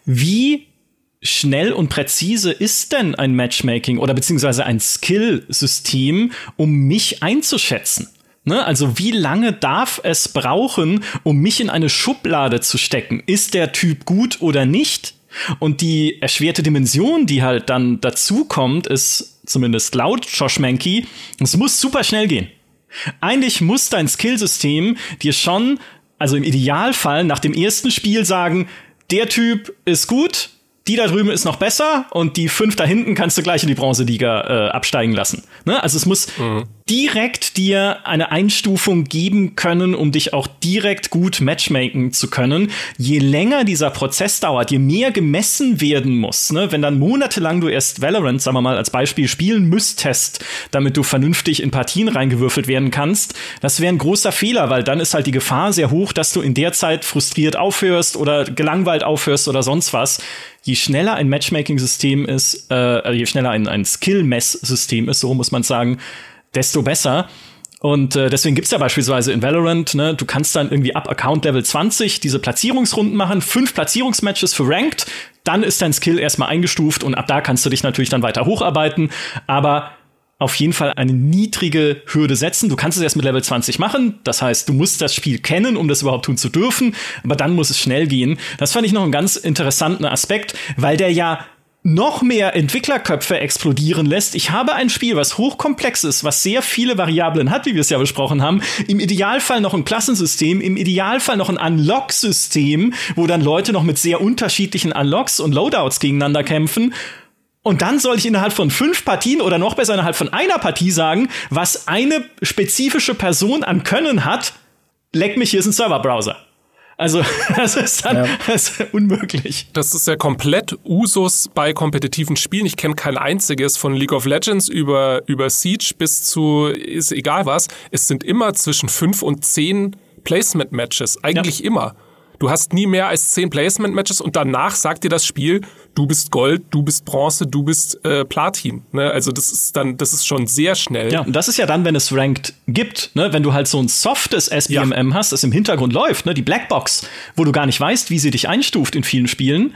wie schnell und präzise ist denn ein Matchmaking oder beziehungsweise ein Skill-System, um mich einzuschätzen? Ne? Also wie lange darf es brauchen, um mich in eine Schublade zu stecken? Ist der Typ gut oder nicht? Und die erschwerte Dimension, die halt dann dazu kommt, ist zumindest laut Josh Mankey, es muss super schnell gehen. Eigentlich muss dein Skillsystem dir schon, also im Idealfall nach dem ersten Spiel sagen, der Typ ist gut, die da drüben ist noch besser und die 5 da hinten kannst du gleich in die Bronzeliga absteigen lassen. Ne? Also es muss direkt dir eine Einstufung geben können, um dich auch direkt gut matchmaken zu können. Je länger dieser Prozess dauert, je mehr gemessen werden muss, ne? Wenn dann monatelang du erst Valorant, sagen wir mal als Beispiel, spielen müsstest, damit du vernünftig in Partien reingewürfelt werden kannst, das wäre ein großer Fehler, weil dann ist halt die Gefahr sehr hoch, dass du in der Zeit frustriert aufhörst oder gelangweilt aufhörst oder sonst was. Je schneller ein Matchmaking-System ist, je schneller ein Skill-Mess-System ist, so muss man sagen, desto besser. Und deswegen gibt's ja beispielsweise in Valorant, ne, du kannst dann irgendwie ab Account Level 20 diese Platzierungsrunden machen, 5 Platzierungsmatches für Ranked, dann ist dein Skill erstmal eingestuft und ab da kannst du dich natürlich dann weiter hocharbeiten, aber auf jeden Fall eine niedrige Hürde setzen. Du kannst es erst mit Level 20 machen. Das heißt, du musst das Spiel kennen, um das überhaupt tun zu dürfen. Aber dann muss es schnell gehen. Das fand ich noch einen ganz interessanten Aspekt, weil der ja noch mehr Entwicklerköpfe explodieren lässt. Ich habe ein Spiel, was hochkomplex ist, was sehr viele Variablen hat, wie wir es ja besprochen haben. Im Idealfall noch ein Klassensystem, im Idealfall noch ein Unlock-System, wo dann Leute noch mit sehr unterschiedlichen Unlocks und Loadouts gegeneinander kämpfen. Und dann soll ich innerhalb von 5 Partien oder noch besser innerhalb von einer Partie sagen, was eine spezifische Person an Können hat, leck mich, hier ist ein Serverbrowser. Also, das ist dann das ist unmöglich. Das ist ja komplett Usus bei kompetitiven Spielen. Ich kenne kein einziges von League of Legends über Siege bis zu, ist egal was. Es sind immer zwischen 5 und 10 Placement-Matches. Eigentlich immer. Du hast nie mehr als 10 Placement-Matches und danach sagt dir das Spiel, du bist Gold, du bist Bronze, du bist Platin. Ne? Also das ist schon sehr schnell. Ja, und das ist ja dann, wenn es Ranked gibt, ne? Wenn du halt so ein softes SBMM hast, das im Hintergrund läuft, ne? Die Blackbox, wo du gar nicht weißt, wie sie dich einstuft in vielen Spielen.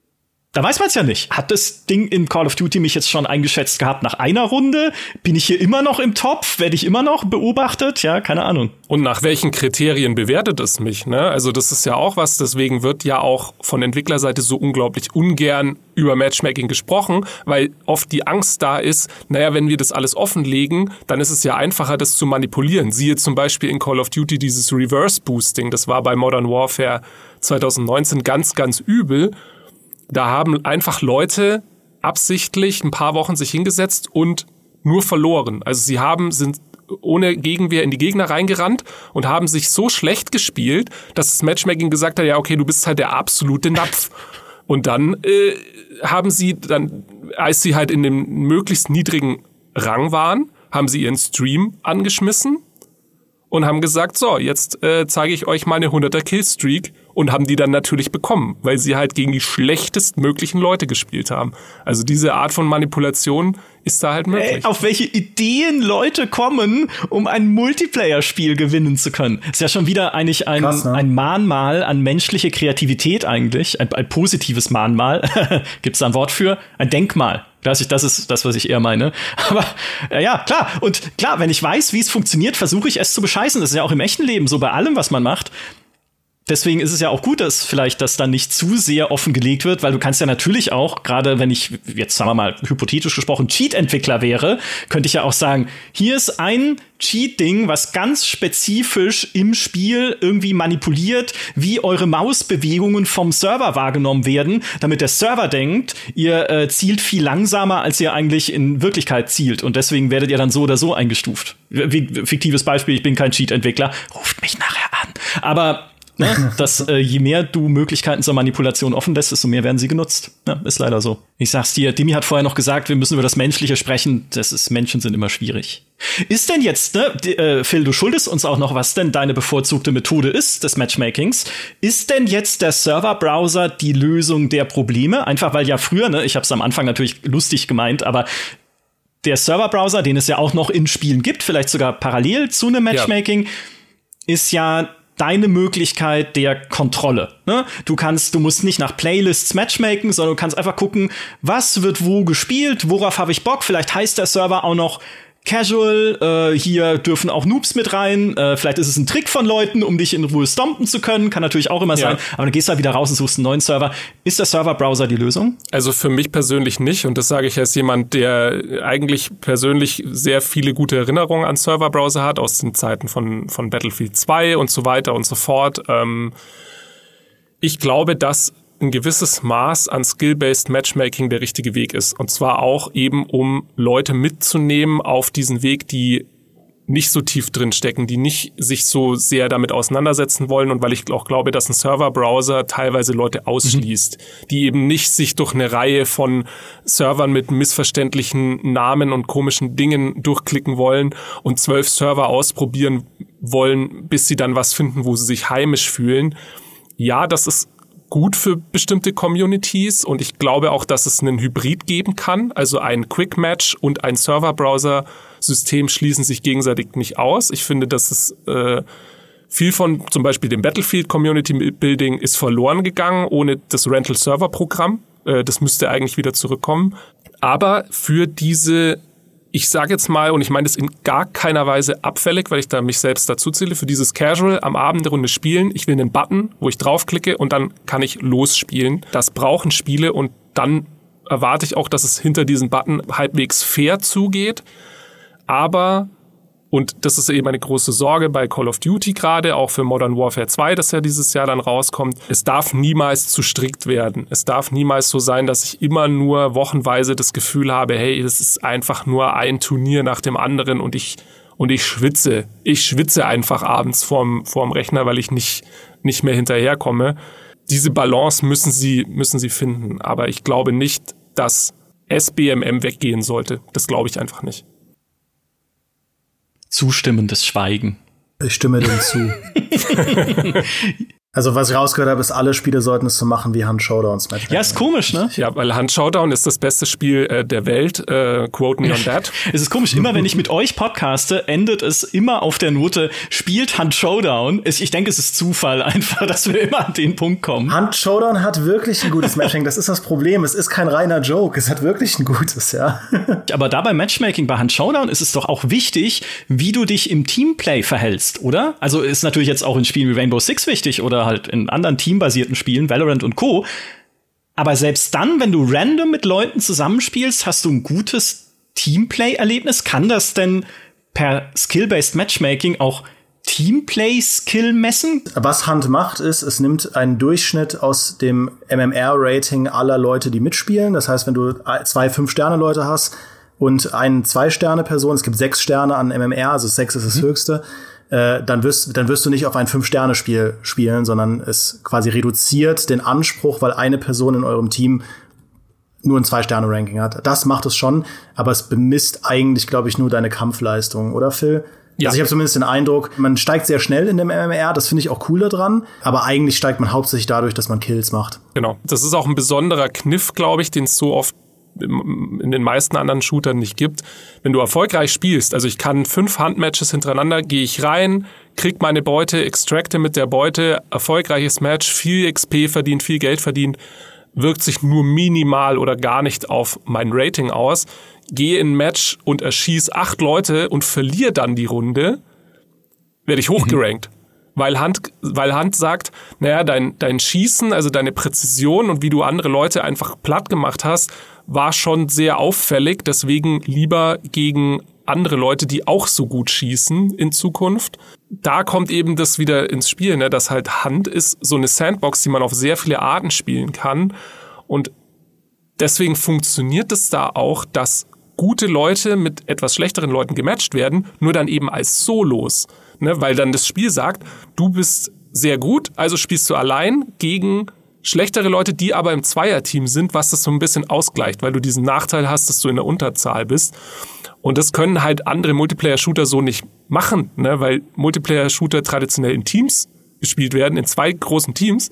Da weiß man es ja nicht. Hat das Ding in Call of Duty mich jetzt schon eingeschätzt gehabt nach einer Runde? Bin ich hier immer noch im Topf? Werde ich immer noch beobachtet? Ja, keine Ahnung. Und nach welchen Kriterien bewertet es mich? Ne? Also das ist ja auch was, deswegen wird ja auch von Entwicklerseite so unglaublich ungern über Matchmaking gesprochen, weil oft die Angst da ist, naja, wenn wir das alles offenlegen, dann ist es ja einfacher, das zu manipulieren. Siehe zum Beispiel in Call of Duty dieses Reverse-Boosting, das war bei Modern Warfare 2019 ganz, ganz übel. Da haben einfach Leute absichtlich ein paar Wochen sich hingesetzt und nur verloren. Also sind ohne Gegenwehr in die Gegner reingerannt und haben sich so schlecht gespielt, dass das Matchmaking gesagt hat, ja okay, du bist halt der absolute Napf. Und dann haben sie dann, als sie halt in dem möglichst niedrigen Rang waren, haben sie ihren Stream angeschmissen und haben gesagt, so, jetzt zeige ich euch meine 100er-Kill-Streak und haben die dann natürlich bekommen, weil sie halt gegen die schlechtestmöglichen Leute gespielt haben. Also diese Art von Manipulation ist da halt möglich. Auf welche Ideen Leute kommen, um ein Multiplayer-Spiel gewinnen zu können. Ist ja schon wieder eigentlich ein Mahnmal an menschliche Kreativität eigentlich. Ein positives Mahnmal. Gibt's da ein Wort für? Ein Denkmal. Das ist das, was ich eher meine. Aber ja, klar. Und klar, wenn ich weiß, wie es funktioniert, versuche ich es zu bescheißen. Das ist ja auch im echten Leben so bei allem, was man macht. Deswegen ist es ja auch gut, dass vielleicht das dann nicht zu sehr offengelegt wird, weil du kannst ja natürlich auch, gerade wenn ich jetzt, sagen wir mal, hypothetisch gesprochen, Cheat-Entwickler wäre, könnte ich ja auch sagen, hier ist ein Cheat-Ding, was ganz spezifisch im Spiel irgendwie manipuliert, wie eure Mausbewegungen vom Server wahrgenommen werden, damit der Server denkt, ihr zielt viel langsamer, als ihr eigentlich in Wirklichkeit zielt. Und deswegen werdet ihr dann so oder so eingestuft. Fiktives Beispiel, ich bin kein Cheat-Entwickler, ruft mich nachher an. Aber dass je mehr du Möglichkeiten zur Manipulation offen lässt, desto mehr werden sie genutzt. Ja, ist leider so. Ich sag's dir, Dimi hat vorher noch gesagt, wir müssen über das Menschliche sprechen. Menschen sind immer schwierig. Ist denn jetzt, Phil, du schuldest uns auch noch, was denn deine bevorzugte Methode ist des Matchmakings. Ist denn jetzt der Serverbrowser die Lösung der Probleme? Einfach weil ja früher, ich hab's am Anfang natürlich lustig gemeint, aber der Serverbrowser, den es ja auch noch in Spielen gibt, vielleicht sogar parallel zu einem Matchmaking, ist ja deine Möglichkeit der Kontrolle. Ne? Du musst nicht nach Playlists matchmaken, sondern du kannst einfach gucken, was wird wo gespielt, worauf habe ich Bock. Vielleicht heißt der Server auch noch Casual, hier dürfen auch Noobs mit rein. Vielleicht ist es ein Trick von Leuten, um dich in Ruhe stompen zu können. Kann natürlich auch immer sein. Aber dann gehst du halt wieder raus und suchst einen neuen Server. Ist der Serverbrowser die Lösung? Also für mich persönlich nicht. Und das sage ich als jemand, der eigentlich persönlich sehr viele gute Erinnerungen an Serverbrowser hat, aus den Zeiten von Battlefield 2 und so weiter und so fort. Ich glaube, dass ein gewisses Maß an Skill-Based Matchmaking der richtige Weg ist. Und zwar auch eben, um Leute mitzunehmen auf diesen Weg, die nicht so tief drin stecken, die nicht sich so sehr damit auseinandersetzen wollen und weil ich auch glaube, dass ein Serverbrowser teilweise Leute ausschließt, die eben nicht sich durch eine Reihe von Servern mit missverständlichen Namen und komischen Dingen durchklicken wollen und 12 Server ausprobieren wollen, bis sie dann was finden, wo sie sich heimisch fühlen. Ja, das ist gut für bestimmte Communities und ich glaube auch, dass es einen Hybrid geben kann. Also ein Quick Match und ein Server-Browser-System schließen sich gegenseitig nicht aus. Ich finde, dass es viel von zum Beispiel dem Battlefield Community Building ist verloren gegangen ohne das Rental-Server-Programm. Das müsste eigentlich wieder zurückkommen. Aber für diese, ich sage jetzt mal, und ich meine das in gar keiner Weise abfällig, weil ich da mich selbst dazu zähle, für dieses Casual am Abend eine Runde spielen, ich will einen Button, wo ich draufklicke und dann kann ich losspielen. Das brauchen Spiele und dann erwarte ich auch, dass es hinter diesen Button halbwegs fair zugeht. Aber, und das ist eben eine große Sorge bei Call of Duty gerade, auch für Modern Warfare 2, das ja dieses Jahr dann rauskommt, es darf niemals zu strikt werden. Es darf niemals so sein, dass ich immer nur wochenweise das Gefühl habe, hey, das ist einfach nur ein Turnier nach dem anderen und ich schwitze. Ich schwitze einfach abends vorm Rechner, weil ich nicht mehr hinterherkomme. Diese Balance müssen sie finden. Aber ich glaube nicht, dass SBMM weggehen sollte. Das glaube ich einfach nicht. Zustimmendes Schweigen. Ich stimme dem zu. Also, was ich rausgehört habe, ist, alle Spiele sollten es so machen wie Hunt Showdowns. Ja, ist komisch, ne? Ja, weil Hunt Showdown ist das beste Spiel der Welt. Quote me on that. Es ist komisch, immer wenn ich mit euch podcaste, endet es immer auf der Note, spielt Hunt Showdown. Ich denke, es ist Zufall einfach, dass wir immer an den Punkt kommen. Hunt Showdown hat wirklich ein gutes Matchmaking. Das ist das Problem. Es ist kein reiner Joke. Es hat wirklich ein gutes, ja. Aber da beim Matchmaking bei Hunt Showdown ist es doch auch wichtig, wie du dich im Teamplay verhältst, oder? Also ist natürlich jetzt auch in Spielen wie Rainbow Six wichtig oder halt in anderen teambasierten Spielen, Valorant und Co. Aber selbst dann, wenn du random mit Leuten zusammenspielst, hast du ein gutes Teamplay-Erlebnis. Kann das denn per Skill-Based Matchmaking auch Teamplay-Skill messen? Was Hunt macht, ist, es nimmt einen Durchschnitt aus dem MMR-Rating aller Leute, die mitspielen. Das heißt, wenn du 2 5-Sterne-Leute hast, und eine 2-Sterne-Person, es gibt 6 Sterne an MMR, also 6 ist das höchste, dann wirst du nicht auf ein 5-Sterne-Spiel spielen, sondern es quasi reduziert den Anspruch, weil eine Person in eurem Team nur ein 2-Sterne-Ranking hat. Das macht es schon, aber es bemisst eigentlich, glaube ich, nur deine Kampfleistung, oder Phil? Ja. Also ich habe zumindest den Eindruck, man steigt sehr schnell in dem MMR, das finde ich auch cool daran, aber eigentlich steigt man hauptsächlich dadurch, dass man Kills macht. Genau, das ist auch ein besonderer Kniff, glaube ich, den es so oft in den meisten anderen Shootern nicht gibt. Wenn du erfolgreich spielst, also ich kann 5 Handmatches hintereinander, gehe ich rein, krieg meine Beute, extracte mit der Beute, erfolgreiches Match, viel XP verdient, viel Geld verdient, wirkt sich nur minimal oder gar nicht auf mein Rating aus, gehe in ein Match und erschieß 8 Leute und verliere dann die Runde, werde ich hochgerankt. Weil Hand sagt, naja, dein Schießen, also deine Präzision und wie du andere Leute einfach platt gemacht hast, war schon sehr auffällig, deswegen lieber gegen andere Leute, die auch so gut schießen in Zukunft. Da kommt eben das wieder ins Spiel, ne, dass halt Hand ist so eine Sandbox, die man auf sehr viele Arten spielen kann und deswegen funktioniert es da auch, dass gute Leute mit etwas schlechteren Leuten gematcht werden, nur dann eben als Solos. Ne, weil dann das Spiel sagt, du bist sehr gut, also spielst du allein gegen schlechtere Leute, die aber im Zweierteam sind, was das so ein bisschen ausgleicht, weil du diesen Nachteil hast, dass du in der Unterzahl bist. Und das können halt andere Multiplayer-Shooter so nicht machen, ne, weil Multiplayer-Shooter traditionell in Teams gespielt werden, in 2 großen Teams.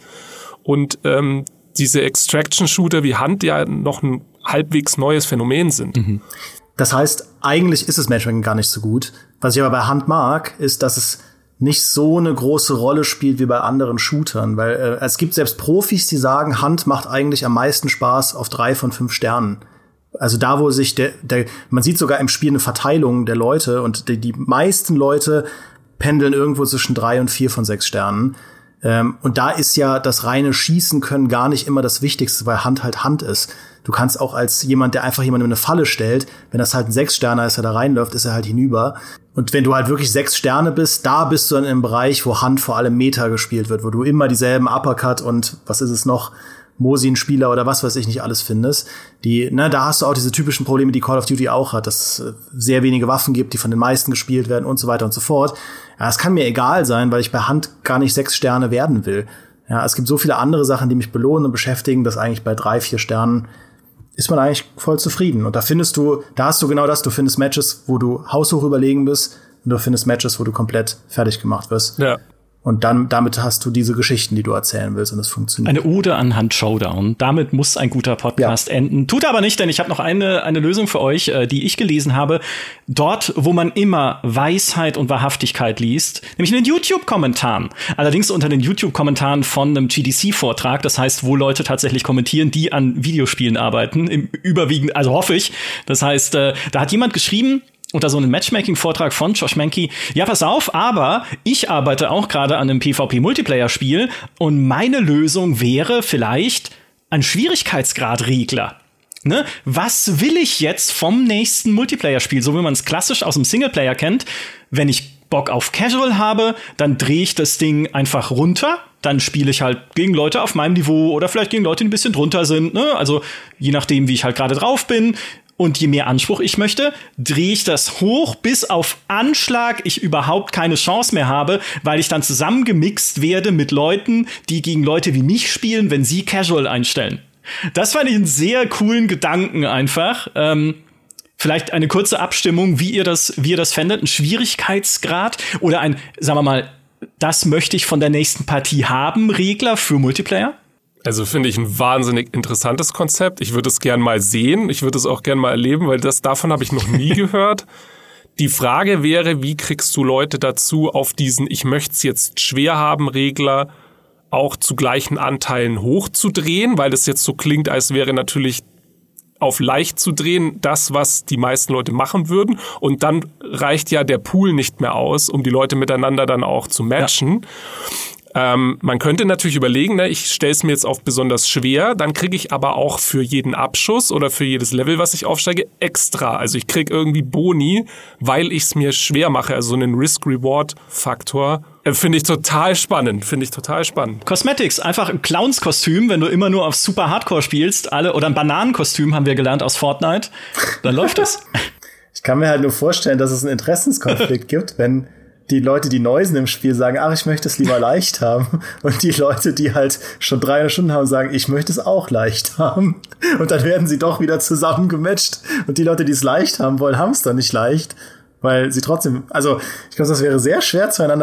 Und diese Extraction-Shooter wie Hand ja noch ein halbwegs neues Phänomen sind. Mhm. Das heißt, eigentlich ist das Matchmaking gar nicht so gut. Was ich aber bei Hand mag, ist, dass es nicht so eine große Rolle spielt wie bei anderen Shootern. Weil es gibt selbst Profis, die sagen, Hand macht eigentlich am meisten Spaß auf 3 von 5 Sternen. Also da, wo sich man sieht sogar im Spiel eine Verteilung der Leute und die meisten Leute pendeln irgendwo zwischen 3 und 4 von 6 Sternen. Und da ist ja das reine Schießen können gar nicht immer das Wichtigste, weil Hand halt Hand ist. Du kannst auch als jemand, der einfach jemandem eine Falle stellt, wenn das halt ein 6-Sterner ist, der da reinläuft, ist er halt hinüber. Und wenn du halt wirklich 6 Sterne bist, da bist du dann im Bereich, wo Hand vor allem Meta gespielt wird, wo du immer dieselben Uppercut und was ist es noch, Mosin-Spieler oder was weiß ich nicht alles findest. Da hast du auch diese typischen Probleme, die Call of Duty auch hat, dass es sehr wenige Waffen gibt, die von den meisten gespielt werden und so weiter und so fort. Ja, es kann mir egal sein, weil ich bei Hand gar nicht 6 Sterne werden will. Ja, es gibt so viele andere Sachen, die mich belohnen und beschäftigen, dass eigentlich bei 3, 4 Sternen ist man eigentlich voll zufrieden. Und da hast du genau das, du findest Matches, wo du haushoch überlegen bist und du findest Matches, wo du komplett fertig gemacht wirst. Ja. Und dann, damit hast du diese Geschichten, die du erzählen willst, und es funktioniert. Eine Ode an Hand Showdown. Damit muss ein guter Podcast enden. Tut aber nicht, denn ich habe noch eine Lösung für euch, die ich gelesen habe. Dort, wo man immer Weisheit und Wahrhaftigkeit liest, nämlich in den YouTube-Kommentaren. Allerdings unter den YouTube-Kommentaren von einem GDC-Vortrag. Das heißt, wo Leute tatsächlich kommentieren, die an Videospielen arbeiten. Im Überwiegend, also hoffe ich. Das heißt, da hat jemand geschrieben, unter so einem Matchmaking-Vortrag von Josh Mankey, ja, pass auf, aber ich arbeite auch gerade an einem PvP-Multiplayer-Spiel und meine Lösung wäre vielleicht ein Schwierigkeitsgrad-Regler. Ne? Was will ich jetzt vom nächsten Multiplayer-Spiel? So wie man es klassisch aus dem Singleplayer kennt. Wenn ich Bock auf Casual habe, dann drehe ich das Ding einfach runter. Dann spiele ich halt gegen Leute auf meinem Niveau oder vielleicht gegen Leute, die ein bisschen drunter sind. Ne? Also je nachdem, wie ich halt gerade drauf bin. Und je mehr Anspruch ich möchte, drehe ich das hoch, bis auf Anschlag ich überhaupt keine Chance mehr habe, weil ich dann zusammengemixt werde mit Leuten, die gegen Leute wie mich spielen, wenn sie Casual einstellen. Das fand ich einen sehr coolen Gedanken einfach. Vielleicht eine kurze Abstimmung, wie ihr das fändet, ein Schwierigkeitsgrad oder ein, sagen wir mal, das möchte ich von der nächsten Partie haben, Regler für Multiplayer? Also finde ich ein wahnsinnig interessantes Konzept. Ich würde es gern mal sehen. Ich würde es auch gern mal erleben, weil davon habe ich noch nie gehört. Die Frage wäre, wie kriegst du Leute dazu, auf diesen Ich möchte es jetzt schwer haben Regler auch zu gleichen Anteilen hochzudrehen, weil das jetzt so klingt, als wäre natürlich auf leicht zu drehen das, was die meisten Leute machen würden. Und dann reicht ja der Pool nicht mehr aus, um die Leute miteinander dann auch zu matchen. Ja. Man könnte natürlich überlegen, ne, ich stelle es mir jetzt auf besonders schwer, dann kriege ich aber auch für jeden Abschuss oder für jedes Level, was ich aufsteige, extra. Also ich kriege irgendwie Boni, weil ich es mir schwer mache, also so einen Risk-Reward-Faktor. Finde ich total spannend. Cosmetics, einfach ein Clowns-Kostüm, wenn du immer nur auf Super Hardcore spielst, oder ein Bananenkostüm, haben wir gelernt aus Fortnite, dann läuft es. Ich kann mir halt nur vorstellen, dass es einen Interessenskonflikt gibt, wenn die Leute, die neu sind im Spiel, sagen, ach, ich möchte es lieber leicht haben. Und die Leute, die halt schon 300 Stunden haben, sagen, ich möchte es auch leicht haben. Und dann werden sie doch wieder zusammen gematcht. Und die Leute, die es leicht haben wollen, haben es dann nicht leicht. Weil sie trotzdem, also ich glaube, das wäre sehr schwer zueinander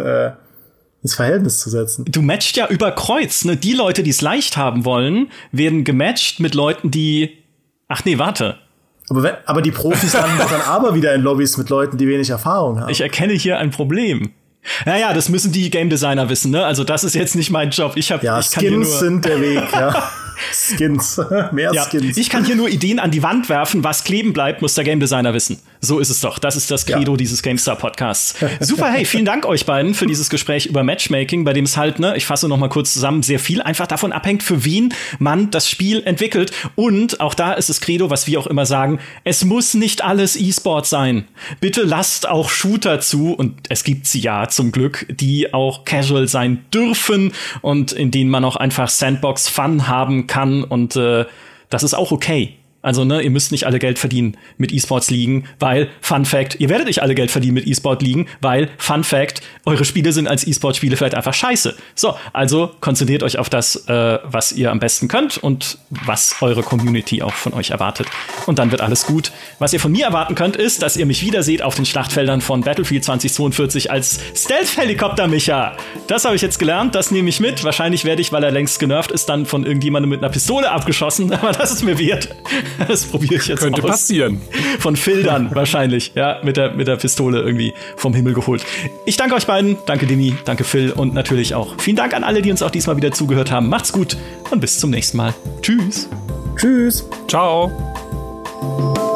ins Verhältnis zu setzen. Du matchst ja über Kreuz, ne? Die Leute, die es leicht haben wollen, werden gematcht mit Leuten, die, ach nee, warte. Aber die Profis landen dann aber wieder in Lobbys mit Leuten, die wenig Erfahrung haben. Ich erkenne hier ein Problem. Naja, das müssen die Game Designer wissen, ne? Also das ist jetzt nicht mein Job. Skins sind der Weg, ja. Skins, mehr Skins. Ich kann hier nur Ideen an die Wand werfen, was kleben bleibt, muss der Game Designer wissen. So ist es doch. Das ist das Credo dieses GameStar-Podcasts. Super, hey, vielen Dank euch beiden für dieses Gespräch über Matchmaking, bei dem es halt, ich fasse noch mal kurz zusammen, sehr viel einfach davon abhängt, für wen man das Spiel entwickelt. Und auch da ist das Credo, was wir auch immer sagen, es muss nicht alles E-Sport sein. Bitte lasst auch Shooter zu, und es gibt sie ja zum Glück, die auch casual sein dürfen und in denen man auch einfach Sandbox-Fun haben kann, und das ist auch okay. Also, ihr müsst nicht alle Geld verdienen mit E-Sports-Ligen, weil, Fun Fact, ihr werdet nicht alle Geld verdienen mit E-Sport-Ligen, weil, Fun Fact, eure Spiele sind als E-Sport-Spiele vielleicht einfach scheiße. So, also konzentriert euch auf das, was ihr am besten könnt und was eure Community auch von euch erwartet. Und dann wird alles gut. Was ihr von mir erwarten könnt, ist, dass ihr mich wieder seht auf den Schlachtfeldern von Battlefield 2042 als Stealth-Helikopter-Micha. Das habe ich jetzt gelernt, das nehme ich mit. Wahrscheinlich werde ich, weil er längst genervt ist, dann von irgendjemandem mit einer Pistole abgeschossen, aber das ist mir wert. Das probiere ich jetzt Könnte passieren. Von Phil dann wahrscheinlich, ja, mit der Pistole irgendwie vom Himmel geholt. Ich danke euch beiden, danke Demi, danke Phil und natürlich auch vielen Dank an alle, die uns auch diesmal wieder zugehört haben. Macht's gut und bis zum nächsten Mal. Tschüss. Tschüss. Ciao.